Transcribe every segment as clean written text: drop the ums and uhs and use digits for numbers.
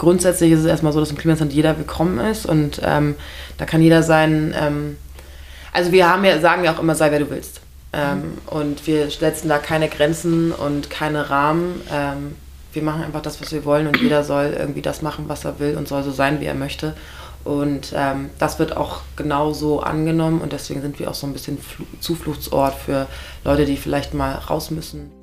grundsätzlich ist es erstmal so, dass im Klimasland jeder willkommen ist und da kann jeder sein, also wir sagen ja auch immer, sei wer du willst. Und wir setzen da keine Grenzen und keine Rahmen. Wir machen einfach das, was wir wollen und jeder soll irgendwie das machen, was er will und soll so sein, wie er möchte. Und das wird auch genauso angenommen und deswegen sind wir auch so ein bisschen Zufluchtsort für Leute, die vielleicht mal raus müssen.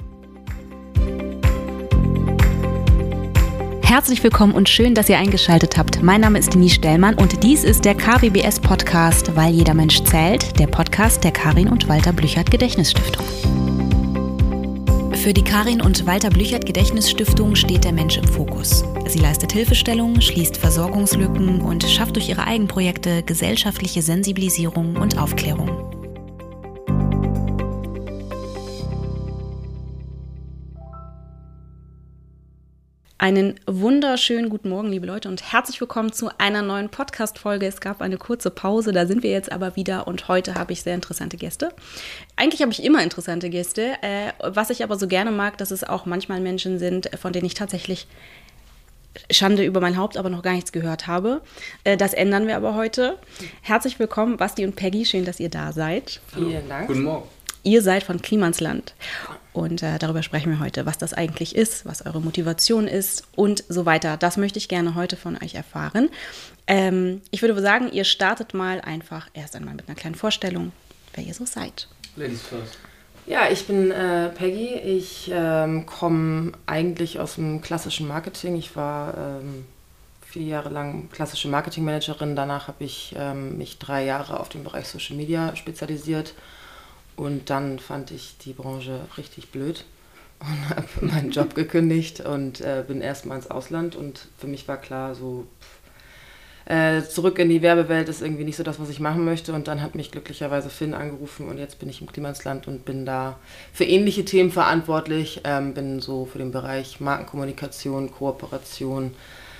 Herzlich willkommen und schön, dass ihr eingeschaltet habt. Mein Name ist Denise Stellmann und dies ist der KWBS-Podcast, weil jeder Mensch zählt, der Podcast der Karin und Walter Blüchert Gedächtnisstiftung. Für die Karin und Walter Blüchert Gedächtnisstiftung steht der Mensch im Fokus. Sie leistet Hilfestellung, schließt Versorgungslücken und schafft durch ihre Eigenprojekte gesellschaftliche Sensibilisierung und Aufklärung. Einen wunderschönen guten Morgen, liebe Leute, und herzlich willkommen zu einer neuen Podcast-Folge. Es gab eine kurze Pause, da sind wir jetzt aber wieder und heute habe ich sehr interessante Gäste. Eigentlich habe ich immer interessante Gäste, was ich aber so gerne mag, dass es auch manchmal Menschen sind, von denen ich tatsächlich Schande über mein Haupt, aber noch gar nichts gehört habe. Das ändern wir aber heute. Herzlich willkommen, Basti und Peggy, schön, dass ihr da seid. Vielen Dank. Guten Morgen. Ihr seid von Klimansland und darüber sprechen wir heute, was das eigentlich ist, was eure Motivation ist und so weiter. Das möchte ich gerne heute von euch erfahren. Ich würde sagen, ihr startet mal einfach erst einmal mit einer kleinen Vorstellung, wer ihr so seid. Ladies first. Ja, ich bin Peggy. Ich komme eigentlich aus dem klassischen Marketing. Ich war 4 Jahre lang klassische Marketingmanagerin. Danach habe ich mich 3 Jahre auf den Bereich Social Media spezialisiert. Und dann fand ich die Branche richtig blöd und habe meinen Job gekündigt und bin erstmal ins Ausland. Und für mich war klar, so zurück in die Werbewelt ist irgendwie nicht so das, was ich machen möchte. Und dann hat mich glücklicherweise Finn angerufen und jetzt bin ich im Klimansland und bin da für ähnliche Themen verantwortlich. Bin so für den Bereich Markenkommunikation, Kooperation,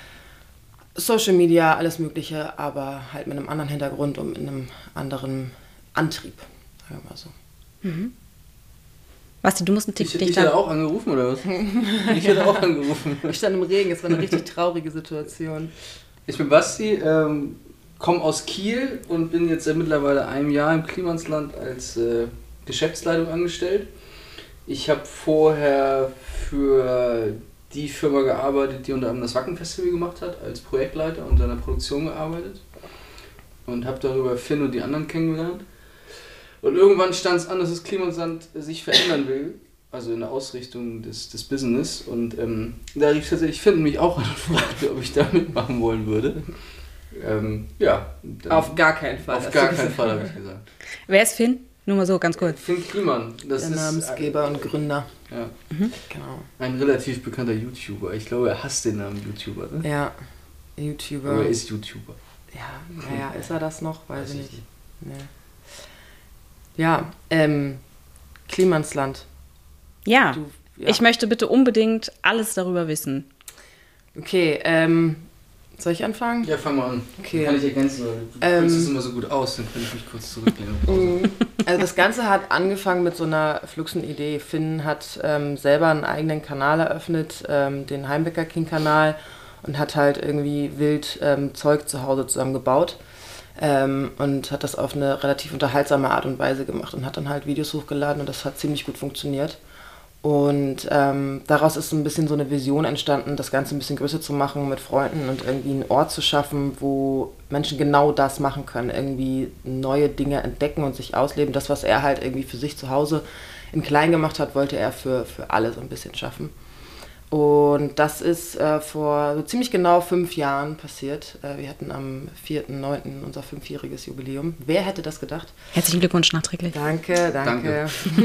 Social Media, alles Mögliche, aber halt mit einem anderen Hintergrund und mit einem anderen Antrieb, sagen wir mal so. Mhm. Basti, du musst einen Tick Ich dichter. hätte auch angerufen, oder was? Ich hätte auch angerufen. Ich stand im Regen, es war eine richtig traurige Situation. Ich bin Basti, komme aus Kiel und bin jetzt seit mittlerweile einem Jahr im Klimansland als Geschäftsleitung angestellt. Ich habe vorher für die Firma gearbeitet, die unter anderem das Wacken-Festival gemacht hat, als Projektleiter und an der Produktion gearbeitet. Und habe darüber Finn und die anderen kennengelernt. Und irgendwann stand es an, dass das Klimansland sich verändern will, also in der Ausrichtung des Business. Und da rief tatsächlich Finn mich auch an und fragte, ob ich da mitmachen wollen würde. Ja. Auf gar keinen Fall. Auf gar keinen Fall, habe ich gesagt. Wer ist Finn? Nur mal so, ganz kurz. Finn Kliman. Das Der ist Namensgeber und Gründer. Ja. Genau. Ein relativ bekannter YouTuber. Ich glaube, er hasst den Namen YouTuber, ne? Ja, YouTuber. Aber er ist YouTuber. Ja, naja, ist er das noch? Weiß ich nicht. Nee. Ja, Klimansland. Ja, Ja. ich möchte bitte unbedingt alles darüber wissen. Okay, soll ich anfangen? Ja, fang mal an. Okay. Kann ich ergänzen, weil du fühlst es immer so gut aus, dann kann ich mich kurz zurücklehnen. Also das Ganze hat angefangen mit so einer fluxen Idee. Finn hat selber einen eigenen Kanal eröffnet, den Heimwecker King-Kanal, und hat halt irgendwie wild Zeug zu Hause zusammengebaut. Und hat das auf eine relativ unterhaltsame Art und Weise gemacht und hat dann halt Videos hochgeladen und das hat ziemlich gut funktioniert. Und daraus ist so ein bisschen so eine Vision entstanden, das Ganze ein bisschen größer zu machen mit Freunden und irgendwie einen Ort zu schaffen, wo Menschen genau das machen können, irgendwie neue Dinge entdecken und sich ausleben. Das, was er halt irgendwie für sich zu Hause in klein gemacht hat, wollte er für alle so ein bisschen schaffen. Und das ist vor so ziemlich genau 5 Jahren passiert. Wir hatten am 4.9. unser 5-jähriges Jubiläum. Wer hätte das gedacht? Herzlichen Glückwunsch nachträglich. Danke.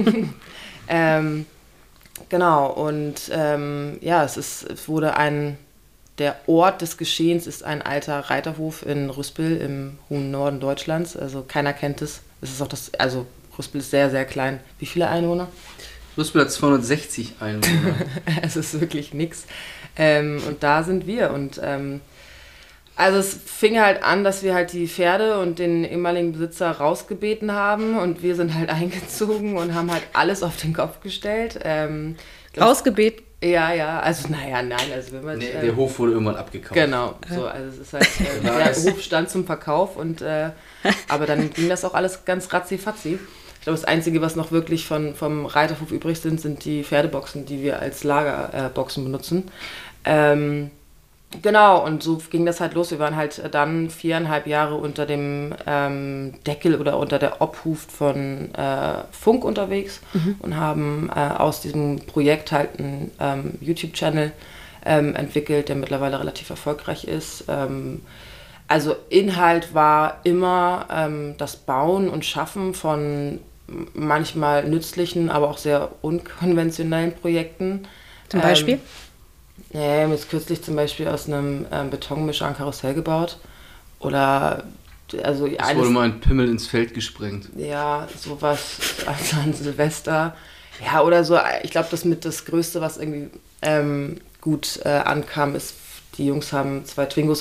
Genau, und ja, es wurde der Ort des Geschehens ist ein alter Reiterhof in Rüspel im hohen Norden Deutschlands. Also keiner kennt es. Es ist auch also Rüspel ist sehr, sehr klein. Wie viele Einwohner? Rüspel hat 260 Einwohner. Es ist wirklich nix. Und da sind wir. Und also es fing halt an, dass wir halt die Pferde und den ehemaligen Besitzer rausgebeten haben. Und wir sind halt eingezogen und haben halt alles auf den Kopf gestellt. Rausgebeten? Ja, also nein, also wenn man... der Hof wurde irgendwann abgekauft. Genau, so, also es ist halt, der Hof stand zum Verkauf und, aber dann ging das auch alles ganz ratzi-fatzi. Ich glaube, das Einzige, was noch wirklich vom Reiterhof übrig sind die Pferdeboxen, die wir als Lagerboxen benutzen. Genau, und so ging das halt los. Wir waren halt dann 4,5 Jahre unter dem Deckel oder unter der Obhut von Funk unterwegs und haben aus diesem Projekt halt einen YouTube-Channel entwickelt, der mittlerweile relativ erfolgreich ist. Also Inhalt war immer das Bauen und Schaffen von manchmal nützlichen, aber auch sehr unkonventionellen Projekten. Zum Beispiel? Wir haben jetzt kürzlich zum Beispiel aus einem Betonmischer ein Karussell gebaut. Oder, also es wurde mal ein Pimmel ins Feld gesprengt. Ja, sowas, also an Silvester. Ja, oder so, ich glaube, das Größte, was irgendwie gut ankam, ist, die Jungs haben 2 Twingos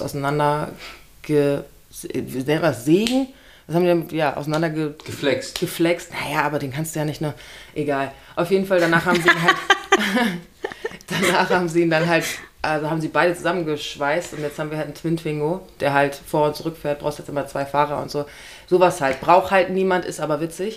sägen? Das haben die geflext. Naja, aber den kannst du ja nicht nur... Egal. Auf jeden Fall, danach haben sie ihn dann halt... Also haben sie beide zusammengeschweißt und jetzt haben wir halt einen Twin-Twingo, der halt vor und zurück fährt. Brauchst jetzt immer 2 Fahrer und so. Sowas halt. Braucht halt niemand, ist aber witzig.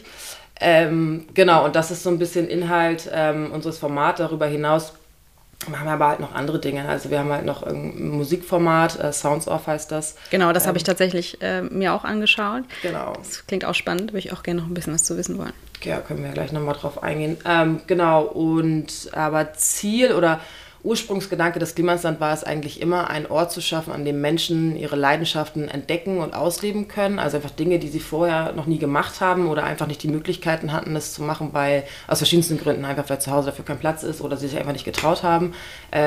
Genau, und das ist so ein bisschen Inhalt unseres Formats. Darüber hinaus machen wir aber halt noch andere Dinge. Also wir haben halt noch ein Musikformat, Sounds Off heißt das. Genau, das habe ich tatsächlich mir auch angeschaut. Genau. Das klingt auch spannend, würde ich auch gerne noch ein bisschen was zu wissen wollen. Ja, können wir gleich nochmal drauf eingehen. Genau, und aber Ziel oder Ursprungsgedanke des Klimansland war es eigentlich immer, einen Ort zu schaffen, an dem Menschen ihre Leidenschaften entdecken und ausleben können. Also einfach Dinge, die sie vorher noch nie gemacht haben oder einfach nicht die Möglichkeiten hatten, das zu machen, weil aus verschiedensten Gründen, einfach weil zu Hause dafür kein Platz ist oder sie sich einfach nicht getraut haben.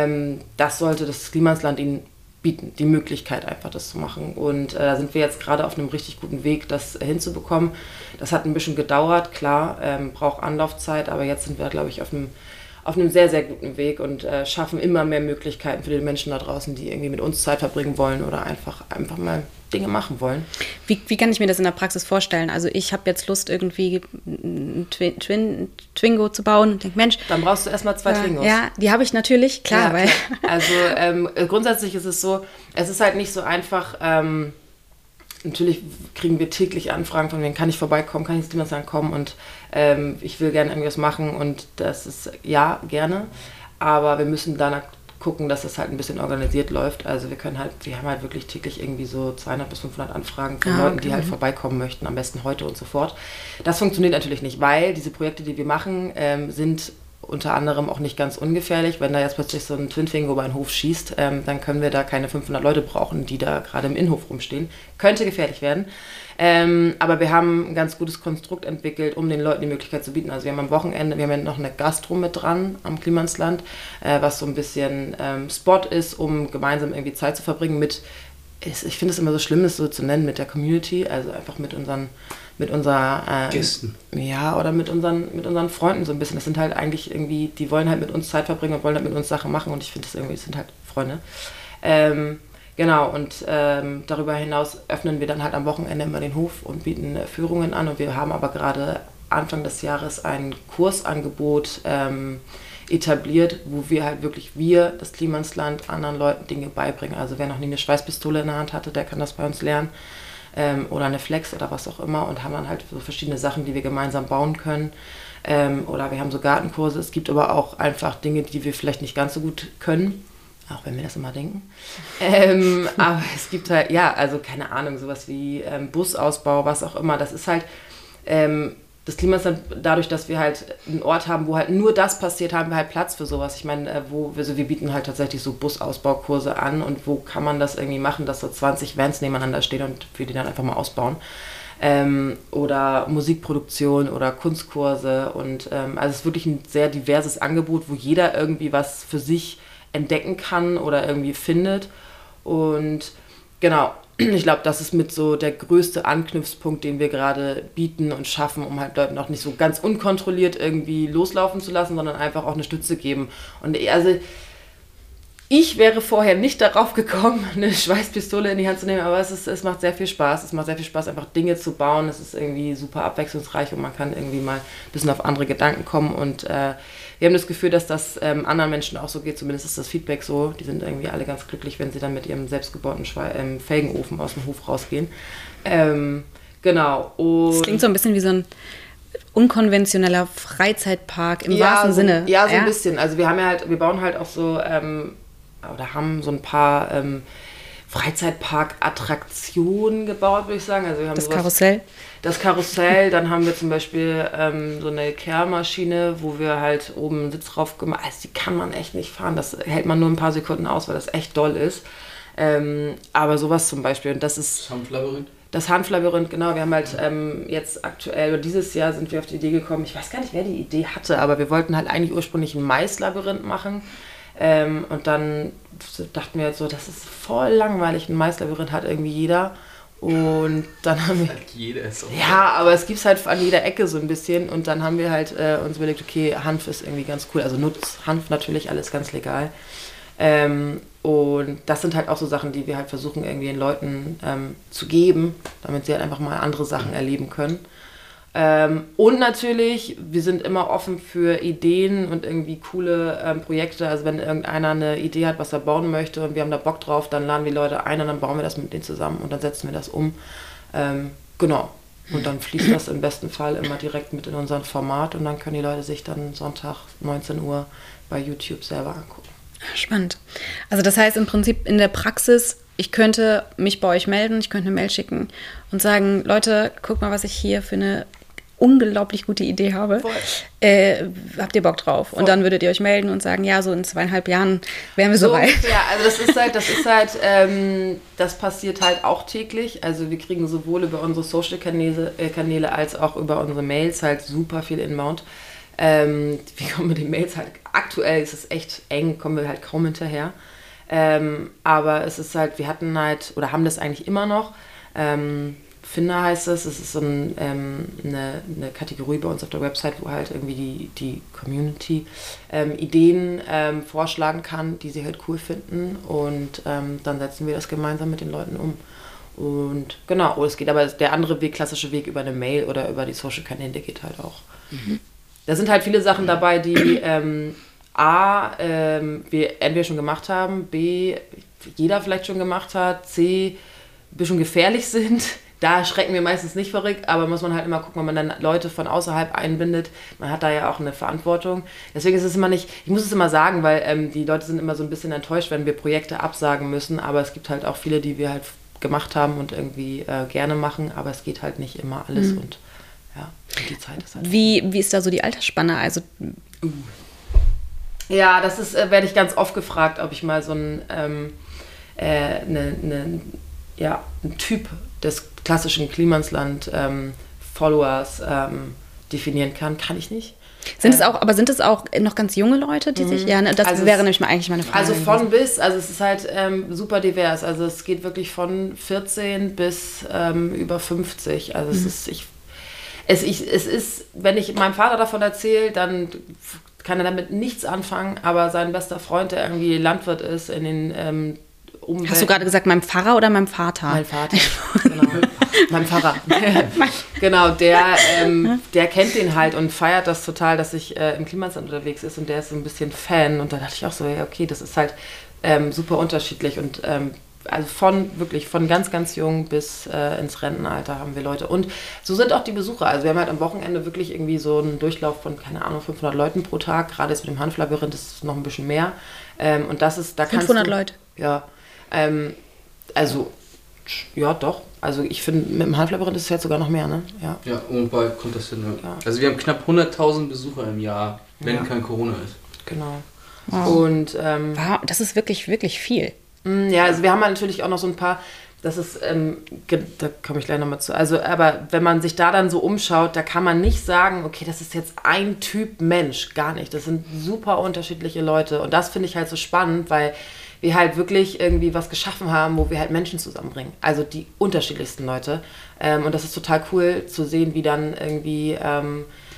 Das sollte das Klimansland ihnen bieten, die Möglichkeit einfach das zu machen. Und da sind wir jetzt gerade auf einem richtig guten Weg, das hinzubekommen. Das hat ein bisschen gedauert, klar, braucht Anlaufzeit, aber jetzt sind wir, glaube ich, auf einem sehr, sehr guten Weg und schaffen immer mehr Möglichkeiten für die Menschen da draußen, die irgendwie mit uns Zeit verbringen wollen oder einfach mal Dinge machen wollen. Wie kann ich mir das in der Praxis vorstellen? Also ich habe jetzt Lust, irgendwie einen Twingo zu bauen und denke, Mensch... Dann brauchst du erstmal 2 Twingos. Ja, die habe ich natürlich, klar. Ja, klar. Also grundsätzlich ist es so, es ist halt nicht so einfach... Natürlich kriegen wir täglich Anfragen von wem, kann ich vorbeikommen, kann ich ins Klimansland kommen und ich will gerne irgendwas machen und das ist ja, gerne, aber wir müssen danach gucken, dass das halt ein bisschen organisiert läuft. Also wir haben halt wirklich täglich irgendwie so 200 bis 500 Anfragen von Leuten, die halt vorbeikommen möchten, am besten heute und sofort. Das funktioniert natürlich nicht, weil diese Projekte, die wir machen, sind unter anderem auch nicht ganz ungefährlich. Wenn da jetzt plötzlich so ein Twin-Twingo über einen Hof schießt, dann können wir da keine 500 Leute brauchen, die da gerade im Innenhof rumstehen. Könnte gefährlich werden. Aber wir haben ein ganz gutes Konstrukt entwickelt, um den Leuten die Möglichkeit zu bieten. Also wir haben am Wochenende, wir haben ja noch eine Gastro mit dran am Klimansland, was so ein bisschen Spot ist, um gemeinsam irgendwie Zeit zu verbringen mit, ich finde es immer so schlimm, das so zu nennen, mit der Community, also einfach mit unseren Gästen. Ja, oder mit unseren Freunden so ein bisschen. Das sind halt eigentlich irgendwie, die wollen halt mit uns Zeit verbringen und wollen halt mit uns Sachen machen und ich finde das irgendwie, das sind halt Freunde. Genau, und darüber hinaus öffnen wir dann halt am Wochenende immer den Hof und bieten Führungen an und wir haben aber gerade Anfang des Jahres ein Kursangebot etabliert, wo wir halt wirklich, das Klimansland, anderen Leuten Dinge beibringen. Also wer noch nie eine Schweißpistole in der Hand hatte, der kann das bei uns lernen. Oder eine Flex oder was auch immer und haben dann halt so verschiedene Sachen, die wir gemeinsam bauen können. Oder wir haben so Gartenkurse. Es gibt aber auch einfach Dinge, die wir vielleicht nicht ganz so gut können, auch wenn wir das immer denken. Aber es gibt halt, ja, also keine Ahnung, sowas wie Busausbau, was auch immer. Das ist halt, das Klimansland, dadurch, dass wir halt einen Ort haben, wo halt nur das passiert, haben wir halt Platz für sowas. Ich meine, wir bieten halt tatsächlich so Busausbaukurse an und wo kann man das irgendwie machen, dass so 20 Vans nebeneinander stehen und wir die dann einfach mal ausbauen. Oder Musikproduktion oder Kunstkurse und also es ist wirklich ein sehr diverses Angebot, wo jeder irgendwie was für sich entdecken kann oder irgendwie findet und genau. Ich glaube, das ist mit so der größte Anknüpfpunkt, den wir gerade bieten und schaffen, um halt Leuten auch nicht so ganz unkontrolliert irgendwie loslaufen zu lassen, sondern einfach auch eine Stütze geben. Und also Ich wäre vorher nicht darauf gekommen, eine Schweißpistole in die Hand zu nehmen, aber es macht sehr viel Spaß. Es macht sehr viel Spaß, einfach Dinge zu bauen. Es ist irgendwie super abwechslungsreich und man kann irgendwie mal ein bisschen auf andere Gedanken kommen. Und wir haben das Gefühl, dass das anderen Menschen auch so geht. Zumindest ist das Feedback so. Die sind irgendwie alle ganz glücklich, wenn sie dann mit ihrem selbstgebauten Felgenofen aus dem Hof rausgehen. Genau. Und das klingt so ein bisschen wie so ein unkonventioneller Freizeitpark im wahrsten Sinne. Ja, so ein bisschen. Also wir bauen halt auch so, oder haben so ein paar Freizeitpark-Attraktionen gebaut, würde ich sagen. Also wir haben Karussell? Das Karussell, dann haben wir zum Beispiel so eine Kehrmaschine, wo wir halt oben einen Sitz drauf gemacht haben. Also die kann man echt nicht fahren, das hält man nur ein paar Sekunden aus, weil das echt doll ist. Aber sowas zum Beispiel, und das ist... Das Hanflabyrinth, genau. Wir haben halt jetzt aktuell, oder dieses Jahr sind wir auf die Idee gekommen, ich weiß gar nicht, wer die Idee hatte, aber wir wollten halt eigentlich ursprünglich ein Maislabyrinth machen. Und dann dachten wir jetzt so, das ist voll langweilig, ein Maislabyrinth hat irgendwie jeder. Und dann haben wir... Jeder ist auch ja, aber es gibt es halt an jeder Ecke so ein bisschen. Und dann haben wir halt uns überlegt, okay, Hanf ist irgendwie ganz cool. Also Nutzhanf natürlich, alles ganz legal. Und das sind halt auch so Sachen, die wir halt versuchen irgendwie den Leuten zu geben, damit sie halt einfach mal andere Sachen erleben können. Und natürlich, wir sind immer offen für Ideen und irgendwie coole Projekte. Also wenn irgendeiner eine Idee hat, was er bauen möchte und wir haben da Bock drauf, dann laden wir Leute ein und dann bauen wir das mit denen zusammen und dann setzen wir das um. Genau. Und dann fließt das im besten Fall immer direkt mit in unseren Format und dann können die Leute sich dann Sonntag 19 Uhr bei YouTube selber angucken. Spannend. Also das heißt im Prinzip in der Praxis, ich könnte mich bei euch melden, ich könnte eine Mail schicken und sagen, Leute, guck mal, was ich hier für eine unglaublich gute Idee habe. Habt ihr Bock drauf? Voll. Und dann würdet ihr euch melden und sagen, ja, so in 2,5 Jahren wären wir soweit. Ja, also das passiert halt auch täglich. Also wir kriegen sowohl über unsere Social-Kanäle als auch über unsere Mails halt super viel Inbound. Wir kommen mit den Mails halt, aktuell ist es echt eng, kommen wir halt kaum hinterher. Aber es ist halt, wir hatten halt, oder haben das eigentlich immer noch, Finder heißt es ist so eine Kategorie bei uns auf der Website, wo halt irgendwie die Community Ideen vorschlagen kann, die sie halt cool finden und dann setzen wir das gemeinsam mit den Leuten um. Und genau, es geht aber der andere Weg, klassische Weg über eine Mail oder über die Social-Kanäle, der geht halt auch. Mhm. Da sind halt viele Sachen dabei, die wir entweder schon gemacht haben, B, jeder vielleicht schon gemacht hat, C, ein bisschen gefährlich sind. Da schrecken wir meistens nicht verrückt, aber muss man halt immer gucken, wenn man dann Leute von außerhalb einbindet. Man hat da ja auch eine Verantwortung. Deswegen ist es immer nicht, ich muss es immer sagen, weil die Leute sind immer so ein bisschen enttäuscht, wenn wir Projekte absagen müssen, aber es gibt halt auch viele, die wir halt gemacht haben und irgendwie gerne machen, aber es geht halt nicht immer alles und ja, die Zeit ist halt. Wie ist da so die Altersspanne? Also ja, das ist, werde ich ganz oft gefragt, ob ich mal so einen Typ des klassischen Klimansland Followers definieren kann. Kann ich nicht. Sind es auch noch ganz junge Leute, die sich, ja, ne, das also wäre nämlich eigentlich meine Frage. Also von bis, also es ist halt super divers, also es geht wirklich von 14 bis über 50, also es ist, wenn ich meinem Vater davon erzähle, dann kann er damit nichts anfangen, aber sein bester Freund, der irgendwie Landwirt ist in den Umwelt. Hast du gerade gesagt, meinem Pfarrer oder meinem Vater? Mein Vater, genau. Mein Pfarrer. Genau, der kennt den halt und feiert das total, dass ich im Klimansland unterwegs ist und der ist so ein bisschen Fan und da dachte ich auch so, ja okay, das ist halt super unterschiedlich und also von ganz, ganz jung bis ins Rentenalter haben wir Leute. Und so sind auch die Besucher. Also wir haben halt am Wochenende wirklich irgendwie so einen Durchlauf von, keine Ahnung, 500 Leuten pro Tag. Gerade jetzt mit dem Hanflabyrinth ist es noch ein bisschen mehr. Und das ist, da 500 Leute? Ja. Also, ja doch. Also ich finde, mit dem Hanflabyrinth ist es jetzt sogar noch mehr, ne? Ja, und bei Contest, ja. Also wir haben knapp 100.000 Besucher im Jahr, wenn kein Corona ist. Genau. Wow. Und wow, das ist wirklich, wirklich viel. Ja, also wir haben halt natürlich auch noch so ein paar, das ist, da komme ich gleich nochmal zu, also aber wenn man sich da dann so umschaut, da kann man nicht sagen, okay, das ist jetzt ein Typ Mensch, gar nicht, das sind super unterschiedliche Leute und das finde ich halt so spannend, weil wir halt wirklich irgendwie was geschaffen haben, wo wir halt Menschen zusammenbringen, also die unterschiedlichsten Leute und das ist total cool zu sehen, wie dann irgendwie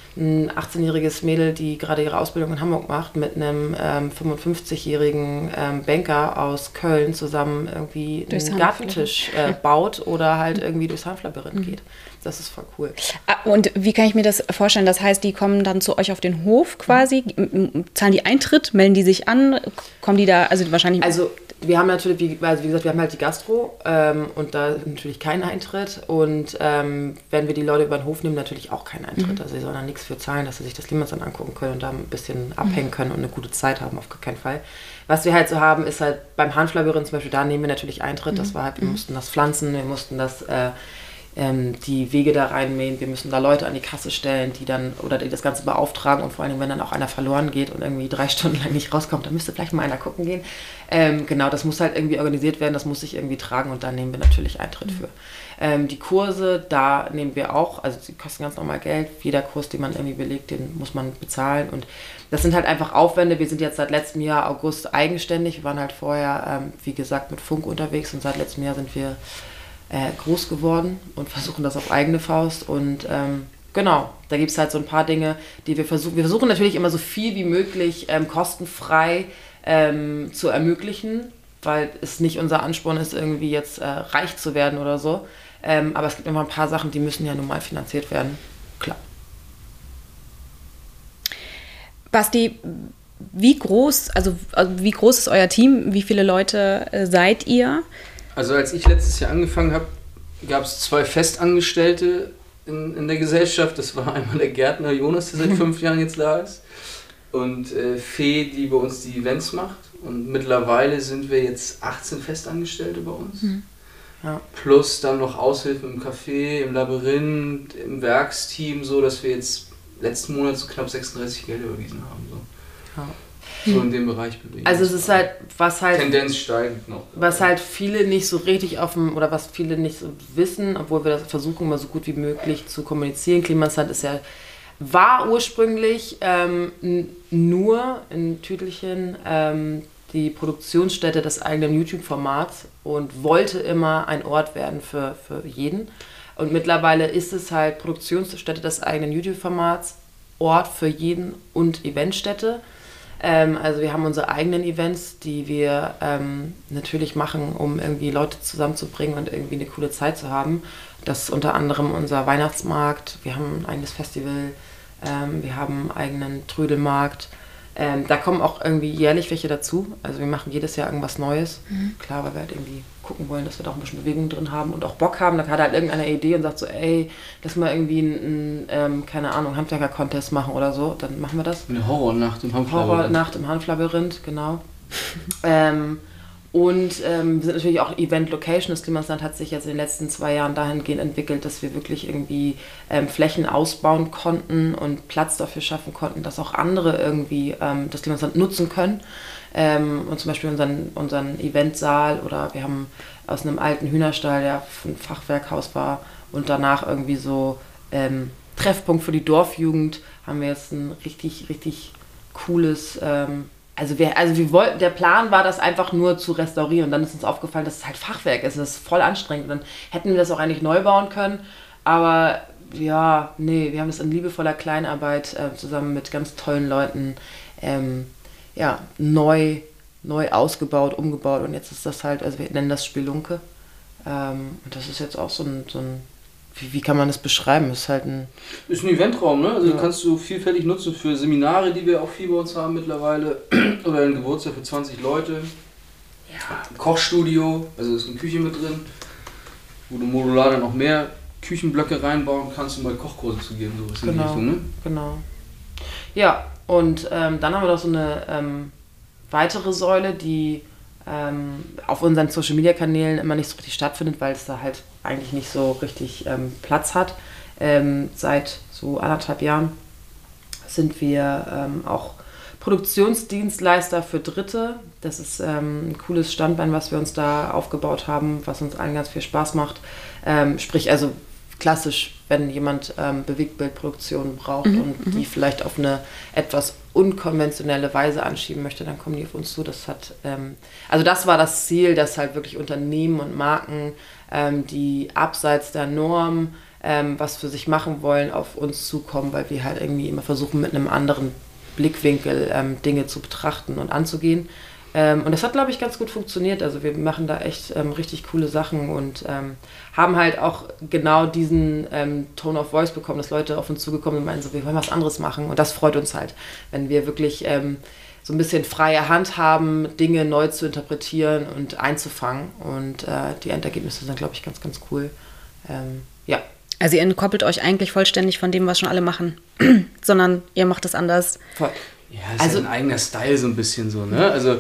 ein 18-jähriges Mädel, die gerade ihre Ausbildung in Hamburg macht, mit einem 55-jährigen Banker aus Köln zusammen irgendwie einen Gartentisch baut oder halt irgendwie durchs Hanflabyrinth geht. Das ist voll cool. Und wie kann ich mir das vorstellen? Das heißt, die kommen dann zu euch auf den Hof quasi, zahlen die Eintritt, melden die sich an, kommen die da, also wahrscheinlich... Also wir haben natürlich, wie gesagt, wir haben halt die Gastro und da natürlich keinen Eintritt und wenn wir die Leute über den Hof nehmen, natürlich auch keinen Eintritt. Also sie sollen da nichts für zahlen, dass sie sich das Klimansland angucken können und da ein bisschen abhängen können und eine gute Zeit haben, auf gar keinen Fall. Was wir halt so haben, ist halt beim Hanflabyrinth zum Beispiel, da nehmen wir natürlich Eintritt. Das war halt, wir mussten das pflanzen, wir mussten das... die Wege da reinmähen, wir müssen da Leute an die Kasse stellen, die dann, oder die das Ganze beauftragen und vor allem, wenn dann auch einer verloren geht und irgendwie 3 Stunden lang nicht rauskommt, dann müsste vielleicht mal einer gucken gehen. Genau, das muss halt irgendwie organisiert werden, das muss sich irgendwie tragen und da nehmen wir natürlich Eintritt für. Die Kurse, da nehmen wir auch, also die kosten ganz normal Geld, jeder Kurs, den man irgendwie belegt, den muss man bezahlen und das sind halt einfach Aufwände. Wir sind jetzt seit letztem Jahr August eigenständig, wir waren halt vorher, wie gesagt, mit Funk unterwegs und seit letztem Jahr sind wir groß geworden und versuchen das auf eigene Faust und genau, da gibt es halt so ein paar Dinge, die wir versuchen natürlich immer so viel wie möglich kostenfrei zu ermöglichen, weil es nicht unser Ansporn ist, irgendwie jetzt reich zu werden oder so, aber es gibt immer ein paar Sachen, die müssen ja normal finanziert werden, klar. Basti, wie groß ist euer Team? Wie viele Leute seid ihr? Also als ich letztes Jahr angefangen habe, gab es 2 Festangestellte in der Gesellschaft. Das war einmal der Gärtner Jonas, der seit 5 Jahren jetzt da ist. Und Fee, die bei uns die Events macht. Und mittlerweile sind wir jetzt 18 Festangestellte bei uns. Ja. Plus dann noch Aushilfen im Café, im Labyrinth, im Werksteam, so dass wir jetzt letzten Monat so knapp 36 Geld überwiesen haben. So. Ja. So in dem Bereich bewegen. Also es ist halt, was halt... Tendenz steigend noch. Was halt viele nicht so richtig oder was viele nicht so wissen, obwohl wir das versuchen, immer so gut wie möglich zu kommunizieren. Klimansland war ursprünglich nur in Tütelchen die Produktionsstätte des eigenen YouTube-Formats und wollte immer ein Ort werden für jeden. Und mittlerweile ist es halt Produktionsstätte des eigenen YouTube-Formats, Ort für jeden und Eventstätte. Also wir haben unsere eigenen Events, die wir natürlich machen, um irgendwie Leute zusammenzubringen und irgendwie eine coole Zeit zu haben. Das ist unter anderem unser Weihnachtsmarkt, wir haben ein eigenes Festival, wir haben einen eigenen Trödelmarkt. Da kommen auch irgendwie jährlich welche dazu. Also wir machen jedes Jahr irgendwas Neues. Klar, weil wir halt irgendwie gucken wollen, dass wir da auch ein bisschen Bewegung drin haben und auch Bock haben. Da hat halt irgendeine Idee und sagt so, ey, lass mal irgendwie einen keine Ahnung, Handwerker-Contest machen oder so. Dann machen wir das. Eine Horrornacht im Hanflabyrinth. Horrornacht im Hanflabyrinth, genau. Und wir sind natürlich auch Event-Location. Das Klimansland hat sich jetzt in den letzten 2 Jahren dahingehend entwickelt, dass wir wirklich irgendwie Flächen ausbauen konnten und Platz dafür schaffen konnten, dass auch andere irgendwie das Klimansland nutzen können. Und zum Beispiel unseren Eventsaal oder wir haben aus einem alten Hühnerstall, der ein Fachwerkhaus war und danach irgendwie so Treffpunkt für die Dorfjugend, haben wir jetzt ein richtig, richtig cooles... der Plan war, das einfach nur zu restaurieren. Und dann ist uns aufgefallen, dass es halt Fachwerk ist. Das ist voll anstrengend. Und dann hätten wir das auch eigentlich neu bauen können. Aber ja, nee, wir haben das in liebevoller Kleinarbeit zusammen mit ganz tollen Leuten neu ausgebaut, umgebaut. Und jetzt ist das halt, also wir nennen das Spelunke. Und das ist jetzt auch so ein wie kann man das beschreiben? Ist ein Eventraum, ne? Also kannst du vielfältig nutzen für Seminare, die wir auch viel bei uns haben mittlerweile. Oder ein Geburtstag für 20 Leute. Ja. Ein Kochstudio, also ist eine Küche mit drin, wo du modular dann noch mehr Küchenblöcke reinbauen kannst, um mal Kochkurse zu geben. So in die Richtung, ne? Genau. Ja, und dann haben wir noch so eine weitere Säule, die auf unseren Social-Media-Kanälen immer nicht so richtig stattfindet, weil es da halt eigentlich nicht so richtig Platz hat. Seit so 1,5 Jahren sind wir auch Produktionsdienstleister für Dritte. Das ist ein cooles Standbein, was wir uns da aufgebaut haben, was uns allen ganz viel Spaß macht. Sprich, also klassisch, wenn jemand Bewegtbildproduktion braucht und die vielleicht auf eine etwas unkonventionelle Weise anschieben möchte, dann kommen die auf uns zu. Das war das Ziel, dass halt wirklich Unternehmen und Marken, die abseits der Norm was für sich machen wollen, auf uns zukommen, weil wir halt irgendwie immer versuchen, mit einem anderen Blickwinkel Dinge zu betrachten und anzugehen. Und das hat, glaube ich, ganz gut funktioniert. Also wir machen da echt richtig coole Sachen und haben halt auch genau diesen Tone of Voice bekommen, dass Leute auf uns zugekommen sind und meinen so, wir wollen was anderes machen. Und das freut uns halt, wenn wir wirklich so ein bisschen freie Hand haben, Dinge neu zu interpretieren und einzufangen. Und die Endergebnisse sind, glaube ich, ganz, ganz cool. Ja. Also ihr entkoppelt euch eigentlich vollständig von dem, was schon alle machen, sondern ihr macht es anders. Voll. Ja, das ist ja ein eigener Style so ein bisschen so, ne? Also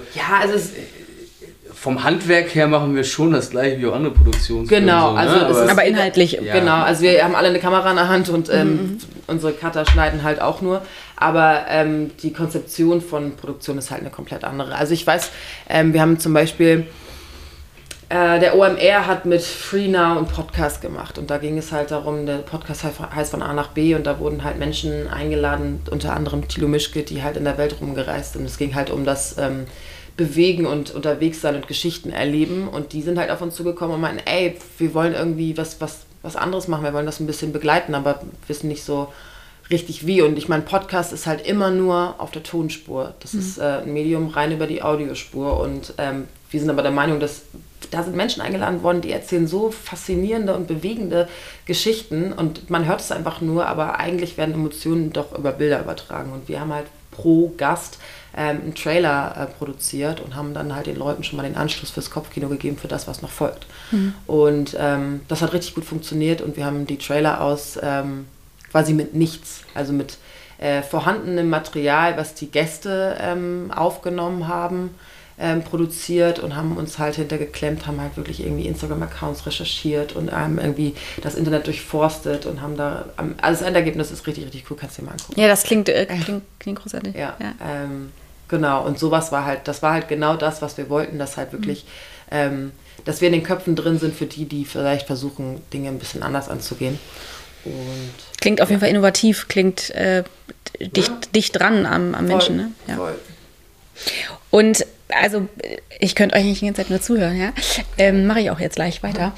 vom Handwerk her machen wir schon das gleiche wie auch andere Produktionsfirmen. Genau, so, ne? also aber inhaltlich. Ja. Genau, also wir haben alle eine Kamera in der Hand und unsere Cutter schneiden halt auch nur. Aber die Konzeption von Produktion ist halt eine komplett andere. Also ich weiß, wir haben zum Beispiel, der OMR hat mit FreeNow einen Podcast gemacht und da ging es halt darum, der Podcast heißt von A nach B und da wurden halt Menschen eingeladen, unter anderem Thilo Mischke, die halt in der Welt rumgereist sind. Es ging halt um das Bewegen und unterwegs sein und Geschichten erleben und die sind halt auf uns zugekommen und meinten, ey, wir wollen irgendwie was anderes machen, wir wollen das ein bisschen begleiten, aber wissen nicht so richtig wie. Und ich meine, Podcast ist halt immer nur auf der Tonspur. Das ist ein Medium rein über die Audiospur und wir sind aber der Meinung, dass da sind Menschen eingeladen worden, die erzählen so faszinierende und bewegende Geschichten und man hört es einfach nur, aber eigentlich werden Emotionen doch über Bilder übertragen und wir haben halt pro Gast einen Trailer produziert und haben dann halt den Leuten schon mal den Anschluss fürs Kopfkino gegeben für das, was noch folgt. Und das hat richtig gut funktioniert und wir haben die Trailer aus quasi mit nichts, also mit vorhandenem Material, was die Gäste aufgenommen haben, produziert und haben uns halt hintergeklemmt, haben halt wirklich irgendwie Instagram-Accounts recherchiert und irgendwie das Internet durchforstet und haben da, also das Endergebnis ist richtig, richtig cool, kannst du dir mal angucken. Ja, das klingt großartig. Ja. Genau, und sowas war halt, das war halt genau das, was wir wollten, dass halt wirklich, dass wir in den Köpfen drin sind für die vielleicht versuchen, Dinge ein bisschen anders anzugehen. Und klingt auf jeden Fall innovativ, klingt dicht dran am Menschen. Ne? Ja. Voll. Und also, ich könnte euch nicht die ganze Zeit nur zuhören, ja. Mache ich auch jetzt gleich weiter.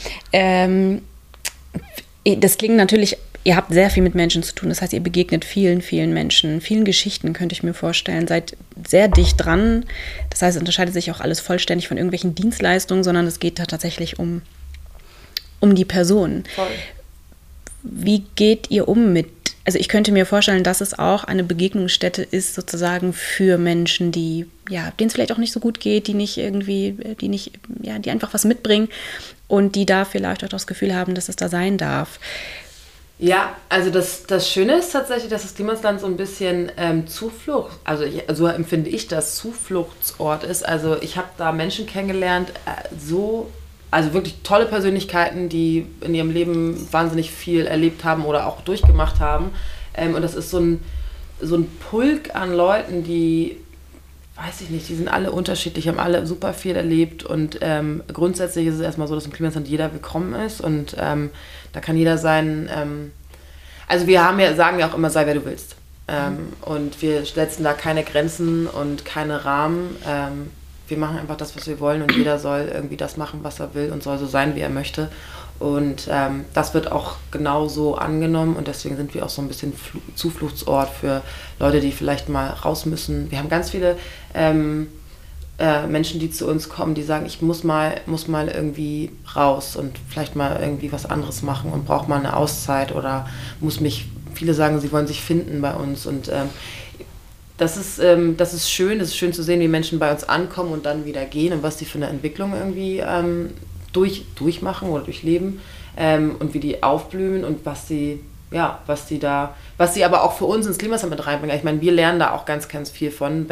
Das klingt natürlich, ihr habt sehr viel mit Menschen zu tun. Das heißt, ihr begegnet vielen, vielen Menschen, vielen Geschichten, könnte ich mir vorstellen. Seid sehr dicht dran. Das heißt, es unterscheidet sich auch alles vollständig von irgendwelchen Dienstleistungen, sondern es geht da tatsächlich um die Person. Voll. Wie geht ihr um mit, also ich könnte mir vorstellen, dass es auch eine Begegnungsstätte ist sozusagen für Menschen, die, ja, denen es vielleicht auch nicht so gut geht, die einfach was mitbringen und die da vielleicht auch das Gefühl haben, dass es da sein darf. Ja, also das Schöne ist tatsächlich, dass das Klimasland so ein bisschen Zuflucht, so empfinde ich das, Zufluchtsort ist. Also ich habe da Menschen kennengelernt, also wirklich tolle Persönlichkeiten, die in ihrem Leben wahnsinnig viel erlebt haben oder auch durchgemacht haben. Und das ist so ein Pulk an Leuten, die, weiß ich nicht, die sind alle unterschiedlich, haben alle super viel erlebt. Und grundsätzlich ist es erstmal so, dass im Klimasland jeder willkommen ist. Und da kann jeder sein, also wir sagen ja auch immer, sei wer du willst. Und wir setzen da keine Grenzen und keine Rahmen. Wir machen einfach das, was wir wollen und jeder soll irgendwie das machen, was er will und soll so sein, wie er möchte. Und das wird auch genauso angenommen und deswegen sind wir auch so ein bisschen Zufluchtsort für Leute, die vielleicht mal raus müssen. Wir haben ganz viele Menschen, die zu uns kommen, die sagen, ich muss mal irgendwie raus und vielleicht mal irgendwie was anderes machen und brauche mal eine Auszeit oder viele sagen, sie wollen sich finden bei uns und das ist schön. Es ist schön zu sehen, wie Menschen bei uns ankommen und dann wieder gehen und was die für eine Entwicklung irgendwie durchmachen oder durchleben und wie die aufblühen und was sie aber auch für uns ins Klimasland mit reinbringen. Ich meine, wir lernen da auch ganz, ganz viel von,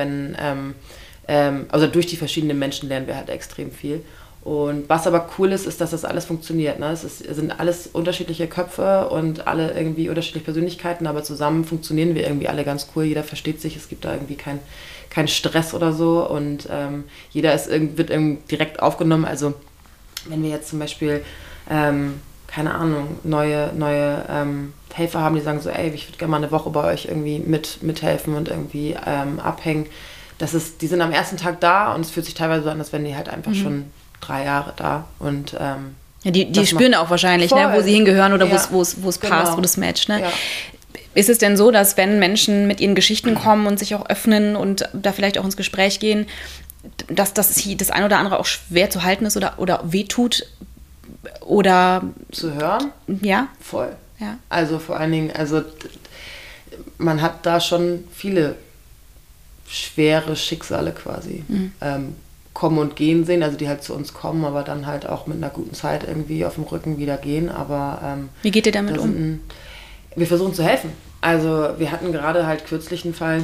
also durch die verschiedenen Menschen lernen wir halt extrem viel. Und was aber cool ist, dass das alles funktioniert. Ne? Es sind alles unterschiedliche Köpfe und alle irgendwie unterschiedliche Persönlichkeiten, aber zusammen funktionieren wir irgendwie alle ganz cool. Jeder versteht sich, es gibt da irgendwie kein Stress oder so und jeder wird irgendwie direkt aufgenommen. Also wenn wir jetzt zum Beispiel, keine Ahnung, neue Helfer haben, die sagen so, ey, ich würde gerne mal eine Woche bei euch irgendwie mithelfen und irgendwie abhängen. Die sind am ersten Tag da und es fühlt sich teilweise so an, als wenn die halt einfach schon 3 Jahre da und Ja, die spüren auch wahrscheinlich, ne, wo sie hingehören oder wo es passt, genau. wo das matcht. Ne? Ja. Ist es denn so, dass wenn Menschen mit ihren Geschichten kommen und sich auch öffnen und da vielleicht auch ins Gespräch gehen, dass das ein oder andere auch schwer zu halten ist oder wehtut? Oder zu hören? Ja. Voll. Ja. Also vor allen Dingen, man hat da schon viele schwere Schicksale quasi kommen und gehen sehen, also die halt zu uns kommen, aber dann halt auch mit einer guten Zeit irgendwie auf dem Rücken wieder gehen. Aber wie geht ihr damit um? Wir versuchen zu helfen. Also wir hatten gerade halt kürzlich einen Fall,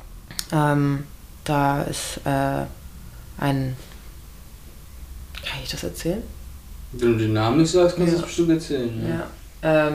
da ist kann ich das erzählen? Wenn du den Namen nicht sagst, kannst du das bestimmt erzählen. Ja.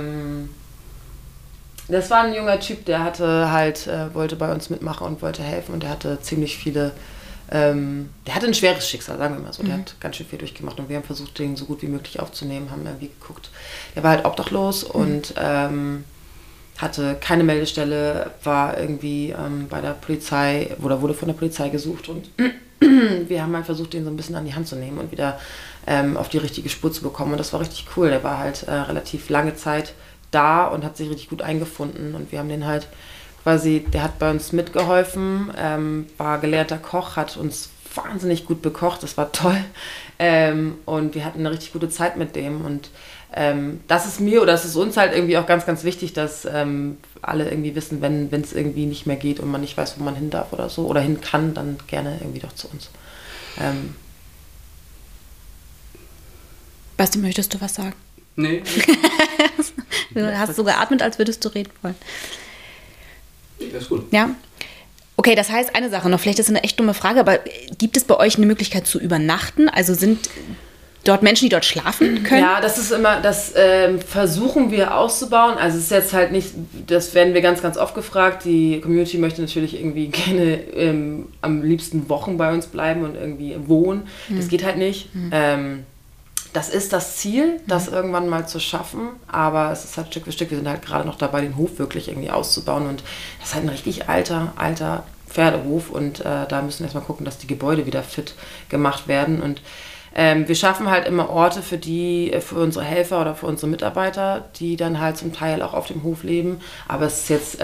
Das war ein junger Typ, der hatte halt, wollte bei uns mitmachen und wollte helfen und der hatte ziemlich viele, der hatte ein schweres Schicksal, sagen wir mal so. Der hat ganz schön viel durchgemacht und wir haben versucht, den so gut wie möglich aufzunehmen, haben irgendwie geguckt. Der war halt obdachlos und hatte keine Meldestelle, war irgendwie bei der Polizei oder wurde von der Polizei gesucht und wir haben halt versucht, den so ein bisschen an die Hand zu nehmen und wieder auf die richtige Spur zu bekommen und das war richtig cool. Der war halt relativ lange Zeit da und hat sich richtig gut eingefunden und wir haben den halt quasi, der hat bei uns mitgeholfen, war gelernter Koch, hat uns wahnsinnig gut bekocht, das war toll und wir hatten eine richtig gute Zeit mit dem und das ist mir oder das ist uns halt irgendwie auch ganz, ganz wichtig, dass alle irgendwie wissen, wenn es irgendwie nicht mehr geht und man nicht weiß, wo man hin darf oder so oder hin kann, dann gerne irgendwie doch zu uns. Basti, möchtest du was sagen? Nee. Du hast so geatmet, als würdest du reden wollen. Das ist gut. Ja. Okay, das heißt, eine Sache noch, vielleicht ist es eine echt dumme Frage, aber gibt es bei euch eine Möglichkeit zu übernachten? Also sind dort Menschen, die dort schlafen können? Ja, das ist immer, das versuchen wir auszubauen. Also es ist jetzt halt nicht, das werden wir ganz, ganz oft gefragt. Die Community möchte natürlich irgendwie gerne am liebsten Wochen bei uns bleiben und irgendwie wohnen. Das geht halt nicht. Das ist das Ziel, das irgendwann mal zu schaffen, aber es ist halt Stück für Stück. Wir sind halt gerade noch dabei, den Hof wirklich irgendwie auszubauen und das ist halt ein richtig alter Pferdehof und da müssen wir erstmal gucken, dass die Gebäude wieder fit gemacht werden und wir schaffen halt immer Orte für unsere Helfer oder für unsere Mitarbeiter, die dann halt zum Teil auch auf dem Hof leben, aber es ist jetzt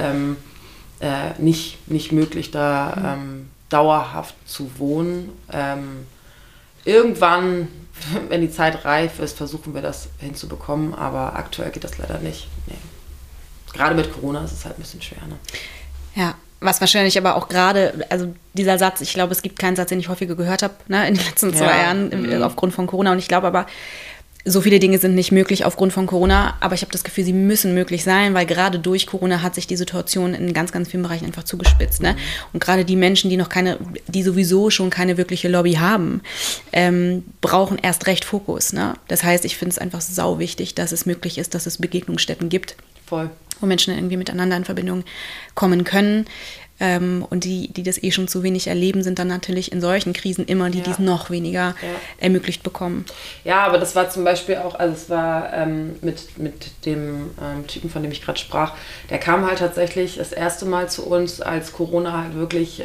nicht möglich, da dauerhaft zu wohnen. Irgendwann, wenn die Zeit reif ist, versuchen wir das hinzubekommen, aber aktuell geht das leider nicht. Nee. Gerade mit Corona ist es halt ein bisschen schwer. Ne? Ja, was wahrscheinlich aber auch gerade, also dieser Satz, ich glaube, es gibt keinen Satz, den ich häufiger gehört habe, ne, in den letzten 2 Jahren aufgrund von Corona und ich glaube aber, so viele Dinge sind nicht möglich aufgrund von Corona, aber ich habe das Gefühl, sie müssen möglich sein, weil gerade durch Corona hat sich die Situation in ganz, ganz vielen Bereichen einfach zugespitzt. Ne? Und gerade die Menschen, die sowieso schon keine wirkliche Lobby haben, brauchen erst recht Fokus. Ne? Das heißt, ich finde es einfach sau wichtig, dass es möglich ist, dass es Begegnungsstätten gibt, voll, wo Menschen irgendwie miteinander in Verbindung kommen können. Und die das schon zu wenig erleben, sind dann natürlich in solchen Krisen immer die es noch weniger ermöglicht bekommen. Ja, aber das war zum Beispiel auch, also es war mit dem Typen, von dem ich gerade sprach, der kam halt tatsächlich das erste Mal zu uns, als Corona halt wirklich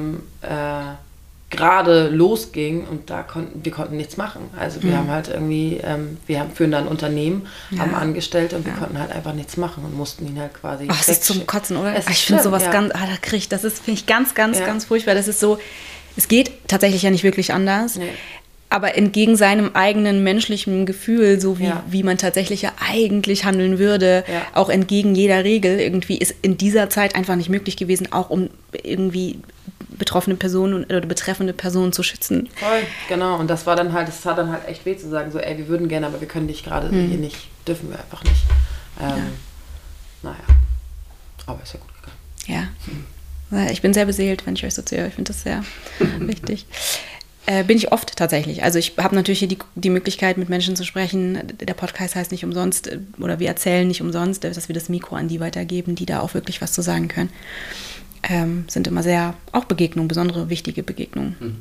gerade losging und wir konnten nichts machen. Also wir haben halt irgendwie, führen da ein Unternehmen, haben Angestellte und wir konnten halt einfach nichts machen und mussten ihn halt quasi das ist zum Kotzen, oder? Ich finde sowas ganz, finde ich ganz, ganz, ganz furchtbar. Das ist so, es geht tatsächlich ja nicht wirklich anders. Nee. Aber entgegen seinem eigenen menschlichen Gefühl, so wie man tatsächlich ja eigentlich handeln würde, auch entgegen jeder Regel, irgendwie ist in dieser Zeit einfach nicht möglich gewesen, auch um irgendwie betroffene Personen oder betreffende Personen zu schützen. Voll, genau. Und das tat dann halt echt weh zu sagen, so, ey, wir würden gerne, aber wir können dich gerade hier nicht, dürfen wir einfach nicht. Naja, aber ist ja gut gegangen. Ja. Ich bin sehr beseelt, wenn ich euch so zuhöre. Ich finde das sehr wichtig. Bin ich oft tatsächlich. Also ich habe natürlich hier die Möglichkeit, mit Menschen zu sprechen. Der Podcast heißt nicht umsonst, oder wir erzählen nicht umsonst, dass wir das Mikro an die weitergeben, die da auch wirklich was zu sagen können. Sind immer sehr, auch Begegnungen, besondere, wichtige Begegnungen.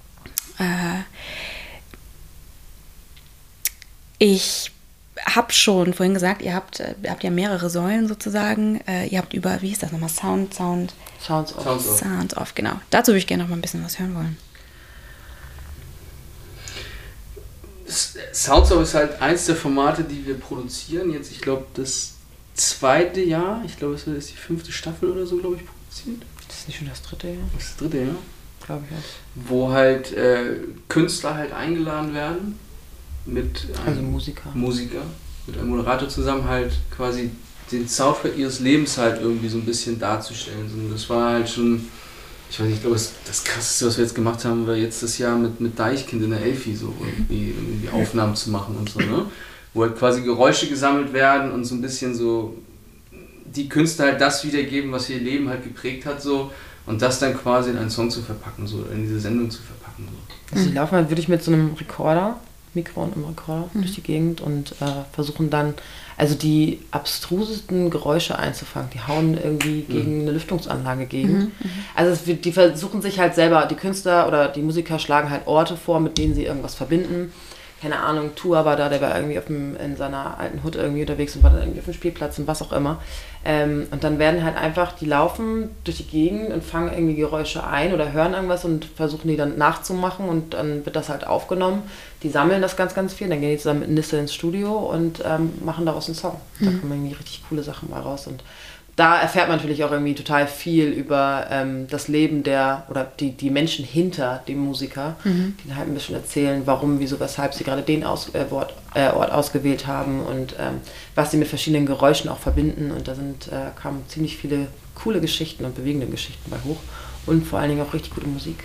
Ich habe schon vorhin gesagt, ihr habt ja mehrere Säulen sozusagen. Ihr habt über, wie hieß das nochmal, Sounds Off, genau. Dazu würde ich gerne noch mal ein bisschen was hören wollen. Soundstorm ist halt eins der Formate, die wir produzieren. Jetzt, ich glaube, das 2. Jahr. Ich glaube, es ist die 5. Staffel oder so, glaube ich, produziert. Das ist nicht schon das 3. Jahr? Das ist das 3. Jahr. Glaube ich auch. Wo halt Künstler halt eingeladen werden. Mit einem Musiker. Mit einem Moderator zusammen halt quasi den Soundtrack ihres Lebens halt irgendwie so ein bisschen darzustellen. Und das war halt schon, ich weiß nicht, ich glaube, das Krasseste, was wir jetzt gemacht haben, war jetzt das Jahr mit Deichkind in der Elfi, so irgendwie Aufnahmen zu machen und so, ne? Wo halt quasi Geräusche gesammelt werden und so ein bisschen so die Künstler halt das wiedergeben, was ihr Leben halt geprägt hat, so, und das dann quasi in einen Song zu verpacken, so, in diese Sendung zu verpacken. So. Also die laufen halt wirklich mit so einem Mikro und einem Rekorder durch die Gegend und versuchen dann, also die abstrusesten Geräusche einzufangen. Die hauen irgendwie gegen eine Lüftungsanlage gegen. Also die versuchen sich halt selber, die Künstler oder die Musiker schlagen halt Orte vor, mit denen sie irgendwas verbinden. Keine Ahnung, Tua war da, der war irgendwie in seiner alten Hut irgendwie unterwegs und war dann irgendwie auf dem Spielplatz und was auch immer. Und dann werden halt einfach, die laufen durch die Gegend und fangen irgendwie Geräusche ein oder hören irgendwas und versuchen die dann nachzumachen und dann wird das halt aufgenommen. Die sammeln das ganz, ganz viel, dann gehen die zusammen mit Nisse ins Studio und machen daraus einen Song. Da kommen irgendwie richtig coole Sachen mal raus und da erfährt man natürlich auch irgendwie total viel über das Leben oder die Menschen hinter dem Musiker, die halt ein bisschen erzählen, warum, wieso, weshalb sie gerade den Ort ausgewählt haben und was sie mit verschiedenen Geräuschen auch verbinden. Und da kamen ziemlich viele coole Geschichten und bewegende Geschichten bei hoch und vor allen Dingen auch richtig gute Musik.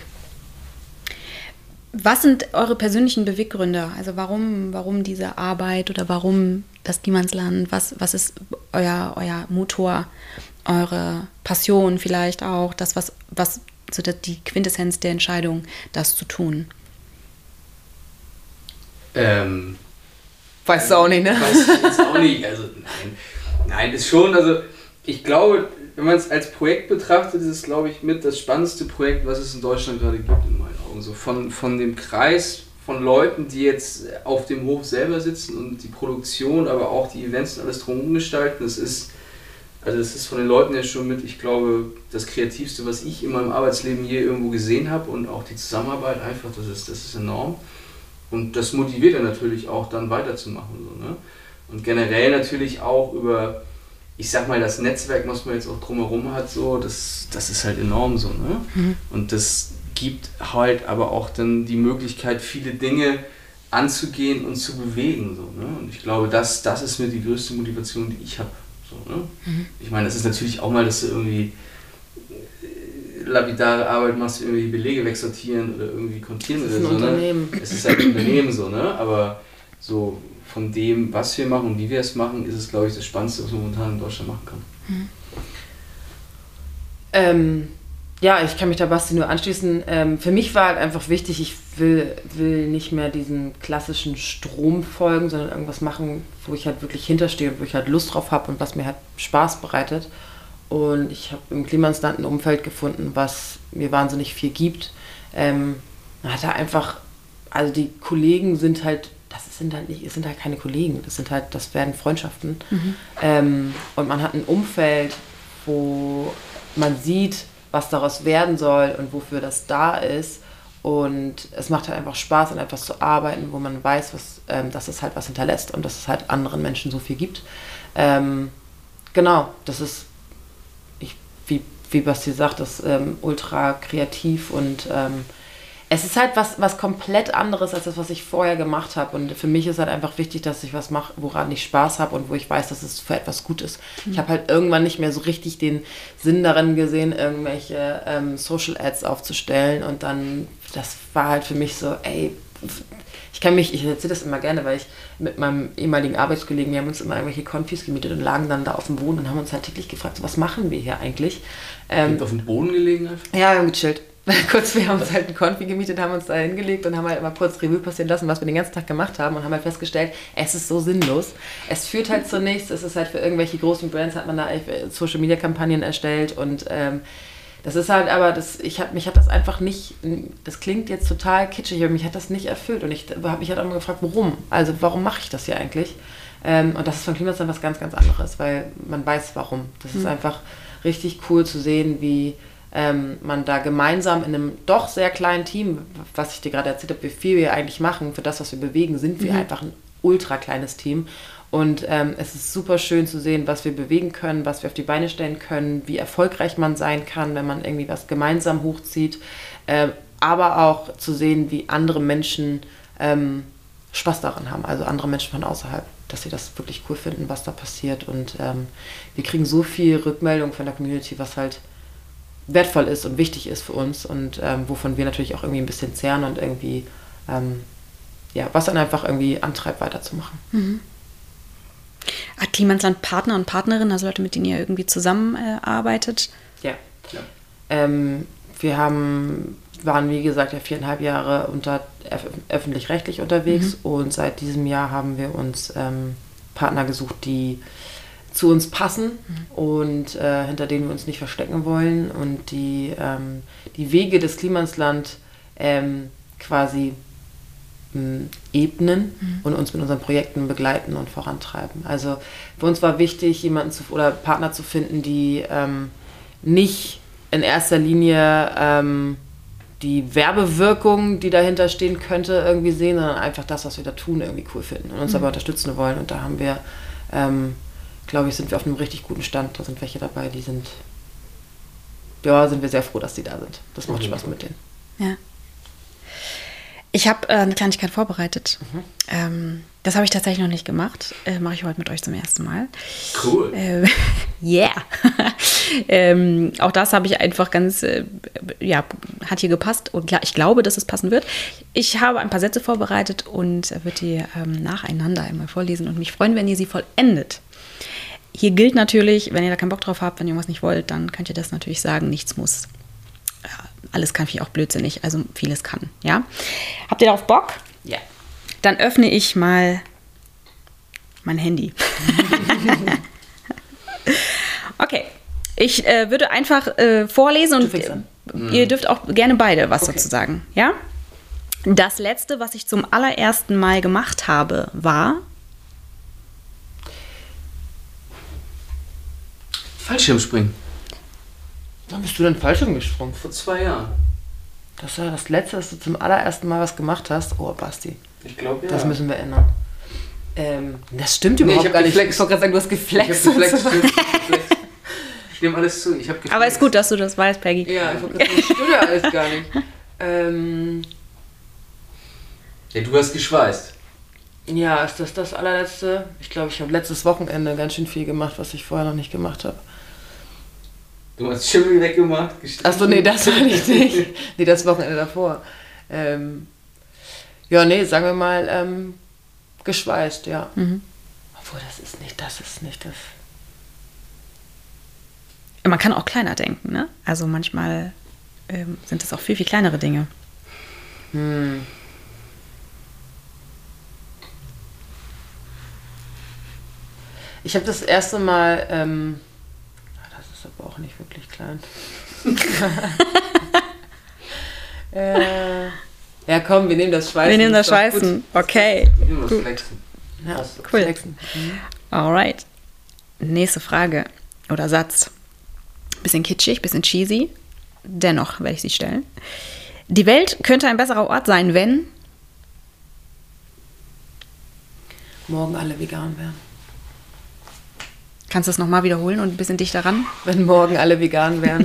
Was sind eure persönlichen Beweggründe? Also warum diese Arbeit oder warum das Niemandsland? Was ist euer Motor, eure Passion vielleicht auch, das, was so die Quintessenz der Entscheidung, das zu tun? Weißt du auch nicht, ne? Weiß ich jetzt auch nicht. Also nein, ist schon, also ich glaube, wenn man es als Projekt betrachtet, ist es, glaube ich, mit das spannendste Projekt, was es in Deutschland gerade gibt, in meinen Augen. So von dem Kreis von Leuten, die jetzt auf dem Hof selber sitzen und die Produktion, aber auch die Events und alles drumherum gestalten. Das ist von den Leuten ja schon mit, ich glaube, das Kreativste, was ich in meinem Arbeitsleben je irgendwo gesehen habe, und auch die Zusammenarbeit einfach, das ist enorm. Und das motiviert dann natürlich auch, dann weiterzumachen. So, ne? Und generell natürlich auch über, ich sag mal, das Netzwerk, was man jetzt auch drumherum hat, so, das ist halt enorm so. Ne? Und das gibt halt aber auch dann die Möglichkeit, viele Dinge anzugehen und zu bewegen. So, ne? Und ich glaube, das ist mir die größte Motivation, die ich habe. So, ne? Ich meine, das ist natürlich auch mal, dass du irgendwie lapidare Arbeit machst, irgendwie Belege wegsortieren oder irgendwie kontieren oder so. Unternehmen. Ne? Es ist halt ein Unternehmen so, ne? Aber so von dem, was wir machen und wie wir es machen, ist es, glaube ich, das Spannendste, was man momentan in Deutschland machen kann. Ja, ich kann mich da Basti nur anschließen. Für mich war halt einfach wichtig, ich will nicht mehr diesen klassischen Strom folgen, sondern irgendwas machen, wo ich halt wirklich hinterstehe und wo ich halt Lust drauf habe und was mir halt Spaß bereitet. Und ich habe im Klimansland ein Umfeld gefunden, was mir wahnsinnig viel gibt. Man hat da einfach, also die Kollegen sind halt, es sind halt keine Kollegen, das werden Freundschaften. Und man hat ein Umfeld, wo man sieht, was daraus werden soll und wofür das da ist. Und es macht halt einfach Spaß, an etwas zu arbeiten, wo man weiß, dass es halt was hinterlässt und dass es halt anderen Menschen so viel gibt. Genau, das ist, wie Basti sagt, das ist ultra kreativ und es ist halt was komplett anderes als das, was ich vorher gemacht habe. Und für mich ist halt einfach wichtig, dass ich was mache, woran ich Spaß habe und wo ich weiß, dass es für etwas gut ist. Ich habe halt irgendwann nicht mehr so richtig den Sinn darin gesehen, irgendwelche Social Ads aufzustellen. Und dann, das war halt für mich so, ey, ich erzähle das immer gerne, weil ich mit meinem ehemaligen Arbeitskollegen, wir haben uns immer irgendwelche Konfis gemietet und lagen dann da auf dem Boden und haben uns halt täglich gefragt, so, was machen wir hier eigentlich? Auf dem Boden gelegen einfach? Ja, wir haben gechillt. Wir haben uns halt einen Konfi gemietet, haben uns da hingelegt und haben halt mal kurz Revue passieren lassen, was wir den ganzen Tag gemacht haben und haben halt festgestellt, es ist so sinnlos. Es führt halt zu nichts, es ist halt für irgendwelche großen Brands, hat man da Social-Media-Kampagnen erstellt und das ist halt aber, mich hat das einfach nicht, das klingt jetzt total kitschig, aber mich hat das nicht erfüllt und ich habe mich halt auch immer gefragt, warum? Also warum mache ich das hier eigentlich? Und das ist von Klimansland was ganz, ganz anderes, weil man weiß warum. Das ist einfach richtig cool zu sehen, wie man da gemeinsam in einem doch sehr kleinen Team, was ich dir gerade erzählt habe, wie viel wir eigentlich machen, für das, was wir bewegen, sind wir einfach ein ultra kleines Team. Und es ist super schön zu sehen, was wir bewegen können, was wir auf die Beine stellen können, wie erfolgreich man sein kann, wenn man irgendwie was gemeinsam hochzieht. Aber auch zu sehen, wie andere Menschen Spaß daran haben, also andere Menschen von außerhalb, dass sie das wirklich cool finden, was da passiert. Und wir kriegen so viel Rückmeldung von der Community, was halt wertvoll ist und wichtig ist für uns und wovon wir natürlich auch irgendwie ein bisschen zehren und irgendwie, was dann einfach irgendwie antreibt, weiterzumachen. Mhm. Hat Klimansland Partner und Partnerinnen, also Leute, mit denen ihr irgendwie zusammenarbeitet? Ja. Wir waren, wie gesagt, ja 4,5 Jahre öffentlich-rechtlich unterwegs und seit diesem Jahr haben wir uns Partner gesucht, die zu uns passen und hinter denen wir uns nicht verstecken wollen und die Wege des Klimansland quasi ebnen und uns mit unseren Projekten begleiten und vorantreiben. Also für uns war wichtig, Partner zu finden, die nicht in erster Linie die Werbewirkung, die dahinter stehen könnte, irgendwie sehen, sondern einfach das, was wir da tun, irgendwie cool finden und uns dabei unterstützen wollen. Und da haben wir, glaube ich, sind wir auf einem richtig guten Stand. Da sind welche dabei, die sind wir sehr froh, dass die da sind. Das macht Spaß mit denen. Ja. Ich habe eine Kleinigkeit vorbereitet. Das habe ich tatsächlich noch nicht gemacht. Mache ich heute mit euch zum ersten Mal. Cool. Yeah. Auch das habe ich einfach ganz, hat hier gepasst. Und ich glaube, dass es passen wird. Ich habe ein paar Sätze vorbereitet und würde die nacheinander einmal vorlesen und mich freuen, wenn ihr sie vollendet. Hier gilt natürlich, wenn ihr da keinen Bock drauf habt, wenn ihr was nicht wollt, dann könnt ihr das natürlich sagen. Nichts muss. Alles kann, finde ich auch blödsinnig. Also vieles kann, ja. Habt ihr darauf Bock? Ja. Dann öffne ich mal mein Handy. Okay. Ich würde einfach vorlesen und ihr dürft auch gerne beide was dazu sagen, ja? Das letzte, was ich zum allerersten Mal gemacht habe, war... Fallschirmspringen. Wann bist du denn Fallschirm gesprungen? Vor 2 Jahren. Das war das Letzte, dass du zum allerersten Mal was gemacht hast. Oh, Basti. Ich glaube, ja. Das müssen wir ändern. Das stimmt überhaupt gar nicht. Ich wollte gerade sagen, du hast geflext. Ich nehme alles zu. Ich habe geflext. Aber ist gut, dass du das weißt, Peggy. Ja, ich wollte gerade sagen, das stimmt ja alles gar nicht. Ja, du hast geschweißt. Ja, ist das allerletzte? Ich glaube, ich habe letztes Wochenende ganz schön viel gemacht, was ich vorher noch nicht gemacht habe. Du hast Schimmel weggemacht. Achso, nee, das war nicht. Nee, das Wochenende davor. Sagen wir mal, geschweißt, ja. Obwohl, das ist nicht das. Man kann auch kleiner denken, ne? Also manchmal sind das auch viel, viel kleinere Dinge. Ich habe das erste Mal, das ist aber auch nicht wirklich klein. Ja, komm, wir nehmen das Schweißen. Wir nehmen das Schweißen, okay. Wir nehmen das Flexen. Ja, Cool. Flexen. Alright. Nächste Frage oder Satz. Bisschen kitschig, bisschen cheesy. Dennoch werde ich sie stellen. Die Welt könnte ein besserer Ort sein, wenn... Morgen alle vegan wären. Kannst du das nochmal wiederholen und ein bisschen dichter ran? Wenn morgen alle vegan wären.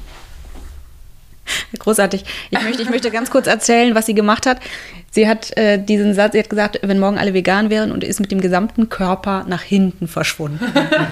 Großartig. Ich möchte ganz kurz erzählen, was sie gemacht hat. Sie hat diesen Satz, sie hat gesagt, wenn morgen alle vegan wären und ist mit dem gesamten Körper nach hinten verschwunden.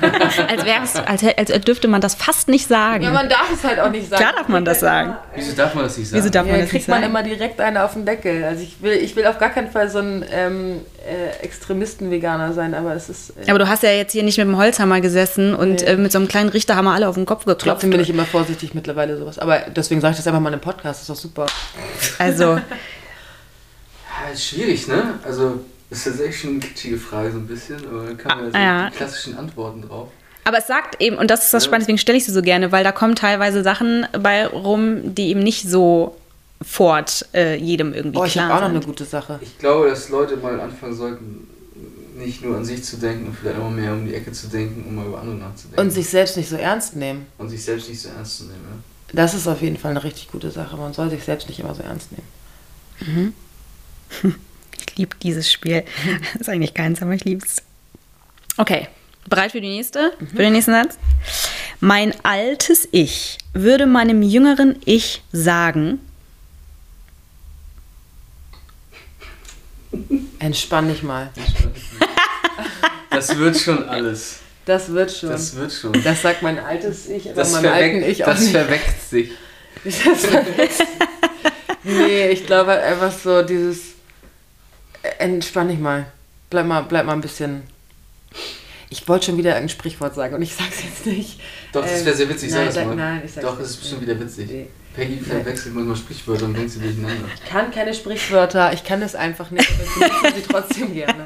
als dürfte man das fast nicht sagen. Ja, man darf es halt auch nicht sagen. Klar darf man das sagen. Wieso darf man das nicht sagen? Wieso darf man das nicht kriegt man sagen? immer direkt eine auf den Deckel. Also ich will auf gar keinen Fall so ein Extremisten-Veganer sein, aber es ist... Aber du hast ja jetzt hier nicht mit dem Holzhammer gesessen und mit so einem kleinen Richterhammer alle auf den Kopf geklopft. Trotzdem bin ich immer vorsichtig mittlerweile sowas. Aber deswegen sage ich das einfach mal im Podcast, das ist doch super. Also... Ja, ist schwierig, ne? Also, das ist tatsächlich schon eine kitschige Frage so ein bisschen, aber da kann man ja so die klassischen Antworten drauf. Aber es sagt eben, und das ist das Spannende, deswegen stelle ich sie so gerne, weil da kommen teilweise Sachen bei rum, die eben nicht so jedem irgendwie klar sind. Ich habe auch noch eine gute Sache. Ich glaube, dass Leute mal anfangen sollten, nicht nur an sich zu denken und vielleicht auch mehr um die Ecke zu denken, um mal über andere nachzudenken. Und sich selbst nicht so ernst nehmen. Und sich selbst nicht so ernst zu nehmen, Das ist auf jeden Fall eine richtig gute Sache. Man soll sich selbst nicht immer so ernst nehmen. Ich liebe dieses Spiel. Das ist eigentlich keins, aber ich liebe es. Okay, bereit für die nächste? Für den nächsten Satz? Mein altes Ich würde meinem jüngeren Ich sagen... Entspann dich mal. Das wird schon alles. Das wird schon. Das wird schon. Das sagt mein altes Ich, aber Das, meinem alten Ich auch das nicht. verweckt sich. Nee, ich glaube halt einfach so dieses entspann dich mal. Bleib mal ein bisschen. Ich wollte schon wieder irgendein Sprichwort sagen und ich sag's jetzt nicht. Doch, das wäre sehr witzig, nein, sag das mal. Nein, ich sag's Doch, nicht. das ist bestimmt wieder witzig. Nee. Peggy verwechselt manchmal Sprichwörter und bringt sie durcheinander. Ich kann keine Sprichwörter, ich kann es einfach nicht, aber ich benutze sie trotzdem gerne.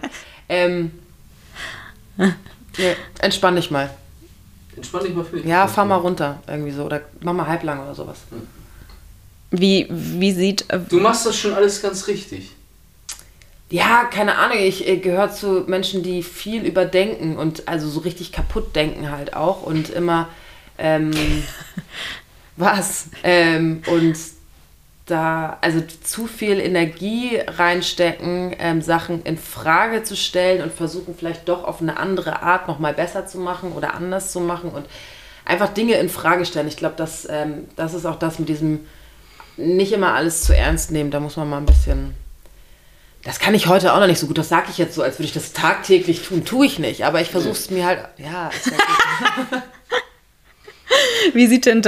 Nee, entspann dich mal. Entspann dich mal für dich. Ja, fahr mal runter, irgendwie so. Oder mach mal halblang oder sowas. Wie sieht... Du machst das schon alles ganz richtig. Ja, keine Ahnung, ich gehöre zu Menschen, die viel überdenken und also so richtig kaputt denken halt auch und immer und da also zu viel Energie reinstecken, Sachen in Frage zu stellen und versuchen vielleicht doch auf eine andere Art nochmal besser zu machen oder anders zu machen und einfach Dinge in Frage stellen. Ich glaube, das ist auch das mit diesem nicht immer alles zu ernst nehmen, da muss man mal ein bisschen... Das kann ich heute auch noch nicht so gut, das sage ich jetzt so, als würde ich das tagtäglich tun, tue ich nicht, aber ich versuche es mir halt, ja, ist ja gut. Wie sieht denn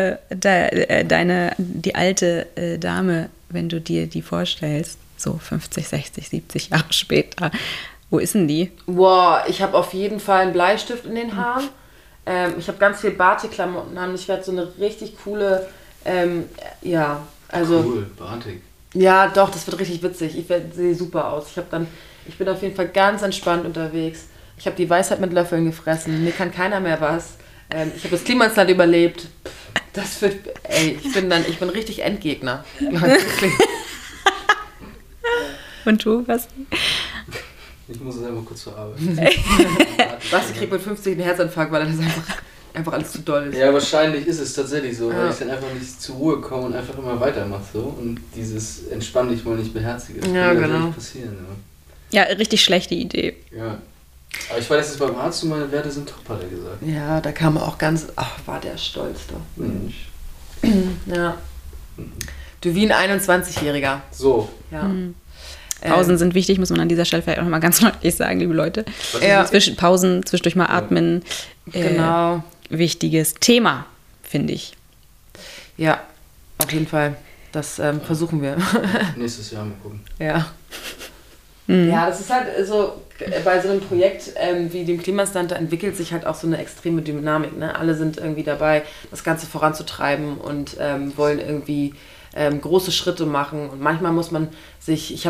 die alte Dame, wenn du dir die vorstellst, so 50, 60, 70 Jahre später, wo ist denn die? Boah, ich habe auf jeden Fall einen Bleistift in den Haaren, ich habe ganz viel Batik-Klamotten an, ich werde so eine richtig coole, Cool, Batik. Ja, doch, das wird richtig witzig. Ich sehe super aus. Ich bin auf jeden Fall ganz entspannt unterwegs. Ich habe die Weisheit mit Löffeln gefressen. Mir kann keiner mehr was. Ich habe das Klimasland überlebt. Das wird, ich bin richtig Endgegner. Und du, was? Ich muss jetzt einfach kurz zur Arbeit. Basti kriegt mit 50 einen Herzinfarkt, weil das einfach alles zu doll ist. Ja, wahrscheinlich ist es tatsächlich so, weil ich dann einfach nicht zur Ruhe komme und einfach immer weitermache so und dieses entspann dich mal nicht beherzige. Das kann genau. nicht passieren. Ja, richtig schlechte Idee. Ja. Aber ich weiß, dass es beim Arzt und meine Werte sind top, hat er gesagt. Ja, da kam er auch war der stolz doch. Mensch. Ja. Du wie ein 21-Jähriger. So. Ja. Pausen sind wichtig, muss man an dieser Stelle vielleicht auch nochmal ganz deutlich sagen, liebe Leute. Ja. Pausen, zwischendurch mal atmen. Genau. Wichtiges Thema, finde ich. Ja, auf jeden Fall. Das versuchen wir. Nächstes Jahr mal gucken. Ja. Ja, das ist halt so, bei so einem Projekt wie dem Klimasland, da entwickelt sich halt auch so eine extreme Dynamik. Ne? Alle sind irgendwie dabei, das Ganze voranzutreiben und wollen irgendwie große Schritte machen. Und manchmal muss man sich,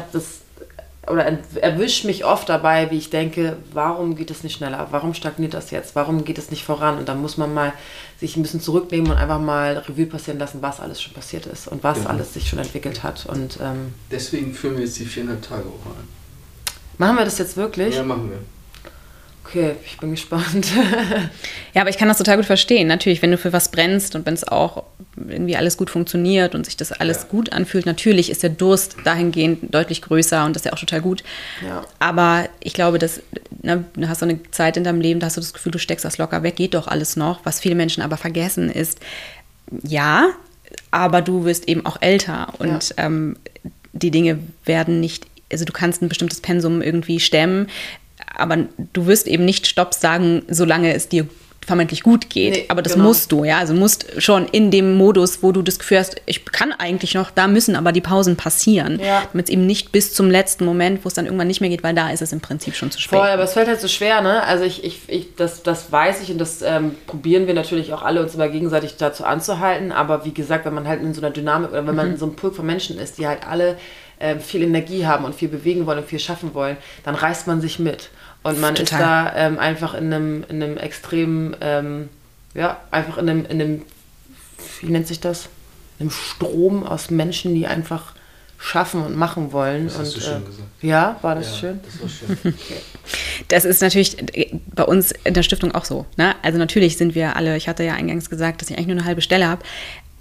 erwischt mich oft dabei, wie ich denke, warum geht es nicht schneller? Warum stagniert das jetzt? Warum geht es nicht voran? Und dann muss man mal sich ein bisschen zurücknehmen und einfach mal Revue passieren lassen, was alles schon passiert ist und was alles sich schon entwickelt hat. Und deswegen führen wir jetzt die 4,5-Tage-Woche an. machen wir das jetzt wirklich? Ja, machen wir. Okay, ich bin gespannt. Ja, aber ich kann das total gut verstehen. Natürlich, wenn du für was brennst und wenn es auch irgendwie alles gut funktioniert und sich das alles gut anfühlt, natürlich ist der Durst dahingehend deutlich größer und das ist ja auch total gut. Ja. Aber ich glaube, du hast so eine Zeit in deinem Leben, da hast du das Gefühl, du steckst das locker weg, geht doch alles noch. Was viele Menschen aber vergessen ist, ja, aber du wirst eben auch älter und die Dinge werden nicht, also du kannst ein bestimmtes Pensum irgendwie stemmen, aber du wirst eben nicht Stopp sagen, solange es dir vermeintlich gut geht. Nee, aber das genau. musst du, ja. Also musst schon in dem Modus, wo du das Gefühl hast, ich kann eigentlich noch, da müssen aber die Pausen passieren. Ja. Damit es eben nicht bis zum letzten Moment, wo es dann irgendwann nicht mehr geht, weil da ist es im Prinzip schon zu spät. Voll, aber es fällt halt so schwer, ne? Also das weiß ich und das probieren wir natürlich auch alle, uns immer gegenseitig dazu anzuhalten. Aber wie gesagt, wenn man halt in so einer Dynamik oder wenn man in so einem Pulk von Menschen ist, die halt alle viel Energie haben und viel bewegen wollen und viel schaffen wollen, dann reißt man sich mit. Und man ist da einfach in einem extremen, einfach in einem, wie nennt sich das? In einem Strom aus Menschen, die einfach schaffen und machen wollen. Das hast du schön gesagt. Ja, war das schön? Das war schön. Okay. Das ist natürlich bei uns in der Stiftung auch so. Ne? Also natürlich sind wir alle, ich hatte ja eingangs gesagt, dass ich eigentlich nur eine halbe Stelle habe.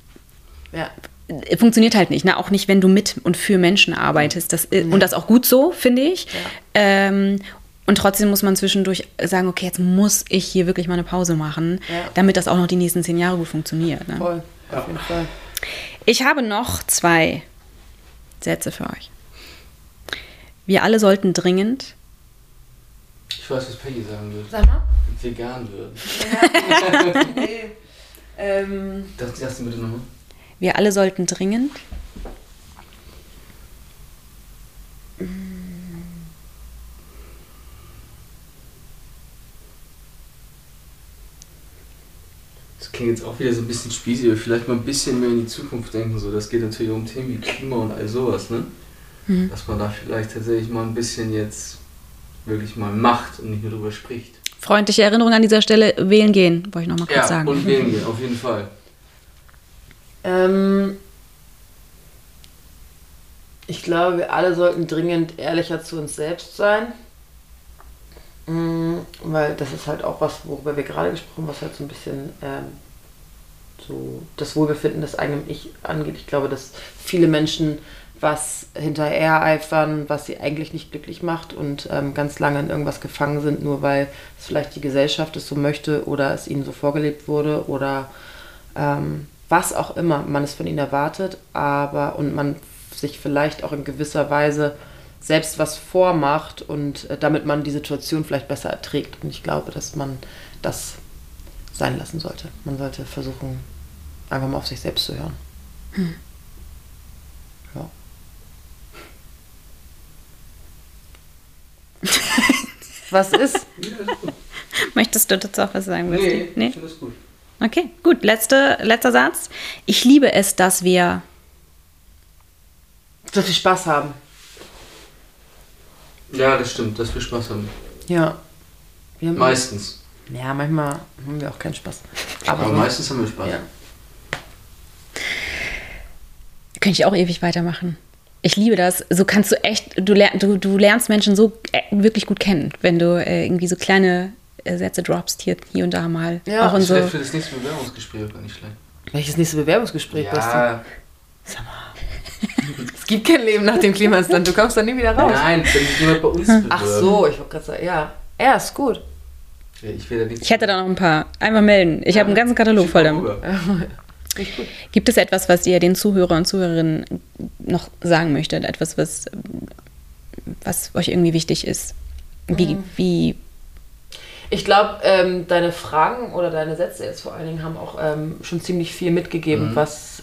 Ja. Funktioniert halt nicht, ne? Auch nicht, wenn du mit und für Menschen arbeitest. Und das auch gut so, finde ich. Ja. Und trotzdem muss man zwischendurch sagen, okay, jetzt muss ich hier wirklich mal eine Pause machen, damit das auch noch die nächsten 10 Jahre gut funktioniert. Ne? Voll, auf jeden Fall. Ich habe noch 2 Sätze für euch. Wir alle sollten dringend... Ich weiß, was Peggy sagen würde. Sag mal. Vegan würden. Ja. Nee. Das bitte nochmal. Wir alle sollten dringend... Das klingt jetzt auch wieder so ein bisschen spießig, aber vielleicht mal ein bisschen mehr in die Zukunft denken. So. Das geht natürlich um Themen wie Klima und all sowas, ne? Mhm. Dass man da vielleicht tatsächlich mal ein bisschen jetzt wirklich mal macht und nicht nur drüber spricht. Freundliche Erinnerung an dieser Stelle, wählen gehen, wollte ich noch mal kurz sagen. Ja, und wählen gehen, auf jeden Fall. Ich glaube, wir alle sollten dringend ehrlicher zu uns selbst sein. Weil das ist halt auch was, worüber wir gerade gesprochen haben, was halt so ein bisschen so das Wohlbefinden des eigenen Ich angeht. Ich glaube, dass viele Menschen was hinterher eifern, was sie eigentlich nicht glücklich macht und ganz lange in irgendwas gefangen sind, nur weil es vielleicht die Gesellschaft es so möchte oder es ihnen so vorgelebt wurde oder was auch immer man es von ihnen erwartet, und man sich vielleicht auch in gewisser Weise selbst was vormacht und damit man die Situation vielleicht besser erträgt. Und ich glaube, dass man das sein lassen sollte. Man sollte versuchen, einfach mal auf sich selbst zu hören. Ja. Was ist? Möchtest du dazu auch was sagen? Nee, ich finde das gut. Okay, gut. Letzter Satz. Ich liebe es, dass wir so viel Spaß haben. Ja, das stimmt, dass wir Spaß haben. Ja. Meistens. Ja, manchmal haben wir auch keinen Spaß. Aber meistens haben wir Spaß. Ja. Könnte ich auch ewig weitermachen. Ich liebe das. So kannst du echt, du lernst Menschen so wirklich gut kennen, wenn du irgendwie so kleine Sätze droppst hier und da mal. Ja, auch in so. Vielleicht für das nächste Bewerbungsgespräch gar nicht schlecht. Welches nächste Bewerbungsgespräch? Ja. Sag mal. Es gibt kein Leben nach dem Klimasland, du kommst da nie wieder raus. Nein, wenn sich jemand bei uns bewirbt. Ach so, ich wollte gerade sagen, ja. Ja, ist gut. Ja, ich hätte da noch ein paar. Einfach melden. Ich habe einen ganzen Katalog voll damit. Gibt es etwas, was ihr den Zuhörer und Zuhörerinnen noch sagen möchtet? Etwas, was euch irgendwie wichtig ist? Wie? Ich glaube, deine Fragen oder deine Sätze jetzt vor allen Dingen haben auch schon ziemlich viel mitgegeben, was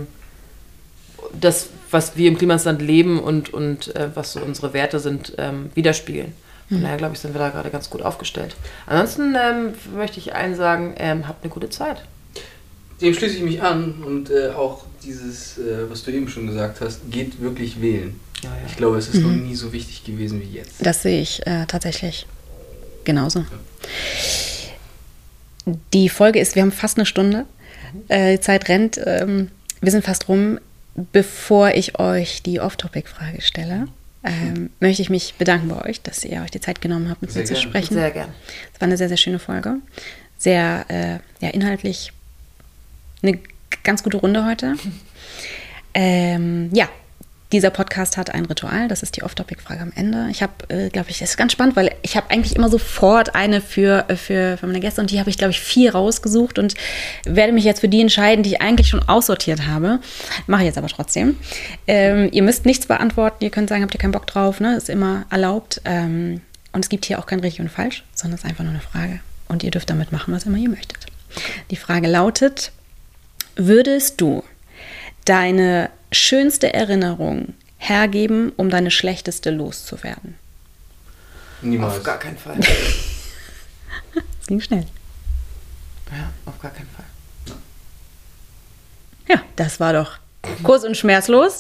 was wir im Klimasland leben und was so unsere Werte sind, widerspiegeln. Von daher, glaube ich, sind wir da gerade ganz gut aufgestellt. Ansonsten möchte ich allen sagen, habt eine gute Zeit. Dem schließe ich mich an und auch dieses, was du eben schon gesagt hast, geht wirklich wählen. Ja. Ich glaube, es ist noch nie so wichtig gewesen wie jetzt. Das sehe ich tatsächlich genauso. Ja. Die Folge ist, wir haben fast eine Stunde. Die Zeit rennt. Wir sind fast rum. Bevor ich euch die Off-Topic-Frage stelle, möchte ich mich bedanken bei euch, dass ihr euch die Zeit genommen habt, mit mir zu sprechen. Sehr gerne. Es war eine sehr, sehr schöne Folge. Sehr inhaltlich eine ganz gute Runde heute. Dieser Podcast hat ein Ritual, das ist die Off-Topic-Frage am Ende. Ich habe, glaube ich, das ist ganz spannend, weil ich habe eigentlich immer sofort eine für meine Gäste und die habe ich, glaube ich, 4 rausgesucht und werde mich jetzt für die entscheiden, die ich eigentlich schon aussortiert habe. Mache ich jetzt aber trotzdem. Ihr müsst nichts beantworten, ihr könnt sagen, habt ihr keinen Bock drauf, ne? Ist immer erlaubt. Und es gibt hier auch kein richtig und falsch, sondern es ist einfach nur eine Frage. Und ihr dürft damit machen, was immer ihr möchtet. Die Frage lautet: Würdest du deine schönste Erinnerung hergeben, um deine schlechteste loszuwerden? Niemals. Auf gar keinen Fall. Das ging schnell. Ja, auf gar keinen Fall. Ja, das war doch kurz und schmerzlos.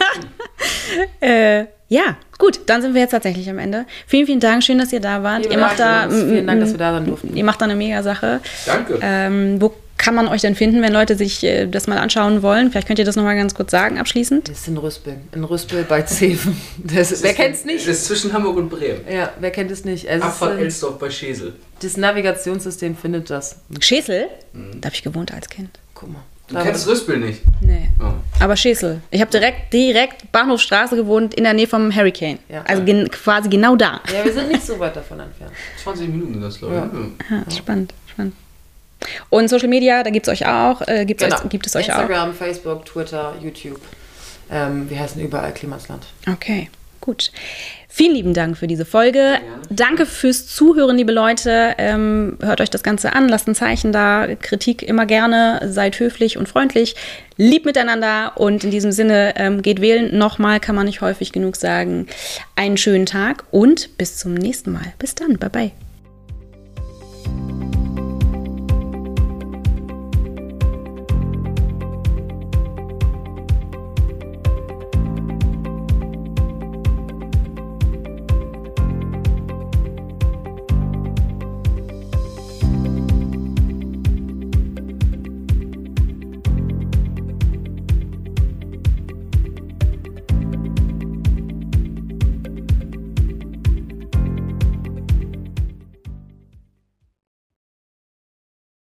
Ja, gut, dann sind wir jetzt tatsächlich am Ende. Vielen, vielen Dank, schön, dass ihr da wart. Vielen Dank, dass wir da sein durften. Ihr macht da eine mega Sache. Danke. Wo kann man euch denn finden, wenn Leute sich das mal anschauen wollen? Vielleicht könnt ihr das nochmal ganz kurz sagen, abschließend. Das ist in Rüspel bei Zeven. Wer kennt es nicht? Das ist zwischen Hamburg und Bremen. Ja, wer kennt es nicht? Abfahrt Elsdorf bei Schesel. Das Navigationssystem findet das. Schesel? Da habe ich gewohnt als Kind. Guck mal. Du kennst Rüspel nicht? Nee. Oh. Aber Schesel. Ich habe direkt Bahnhofstraße gewohnt, in der Nähe vom Hurricane. Ja. Also quasi genau da. Ja, wir sind nicht so weit davon entfernt. 20 Minuten sind das, glaube ich. Ja, spannend. Und Social Media, da gibt es euch auch. Gibt es euch auch? Instagram, Facebook, Twitter, YouTube. Wir heißen überall Klimasland. Okay, gut. Vielen lieben Dank für diese Folge. Danke fürs Zuhören, liebe Leute. Hört euch das Ganze an, lasst ein Zeichen da. Kritik immer gerne. Seid höflich und freundlich. Lieb miteinander. Und in diesem Sinne, geht wählen. Nochmal, kann man nicht häufig genug sagen. Einen schönen Tag und bis zum nächsten Mal. Bis dann. Bye, bye.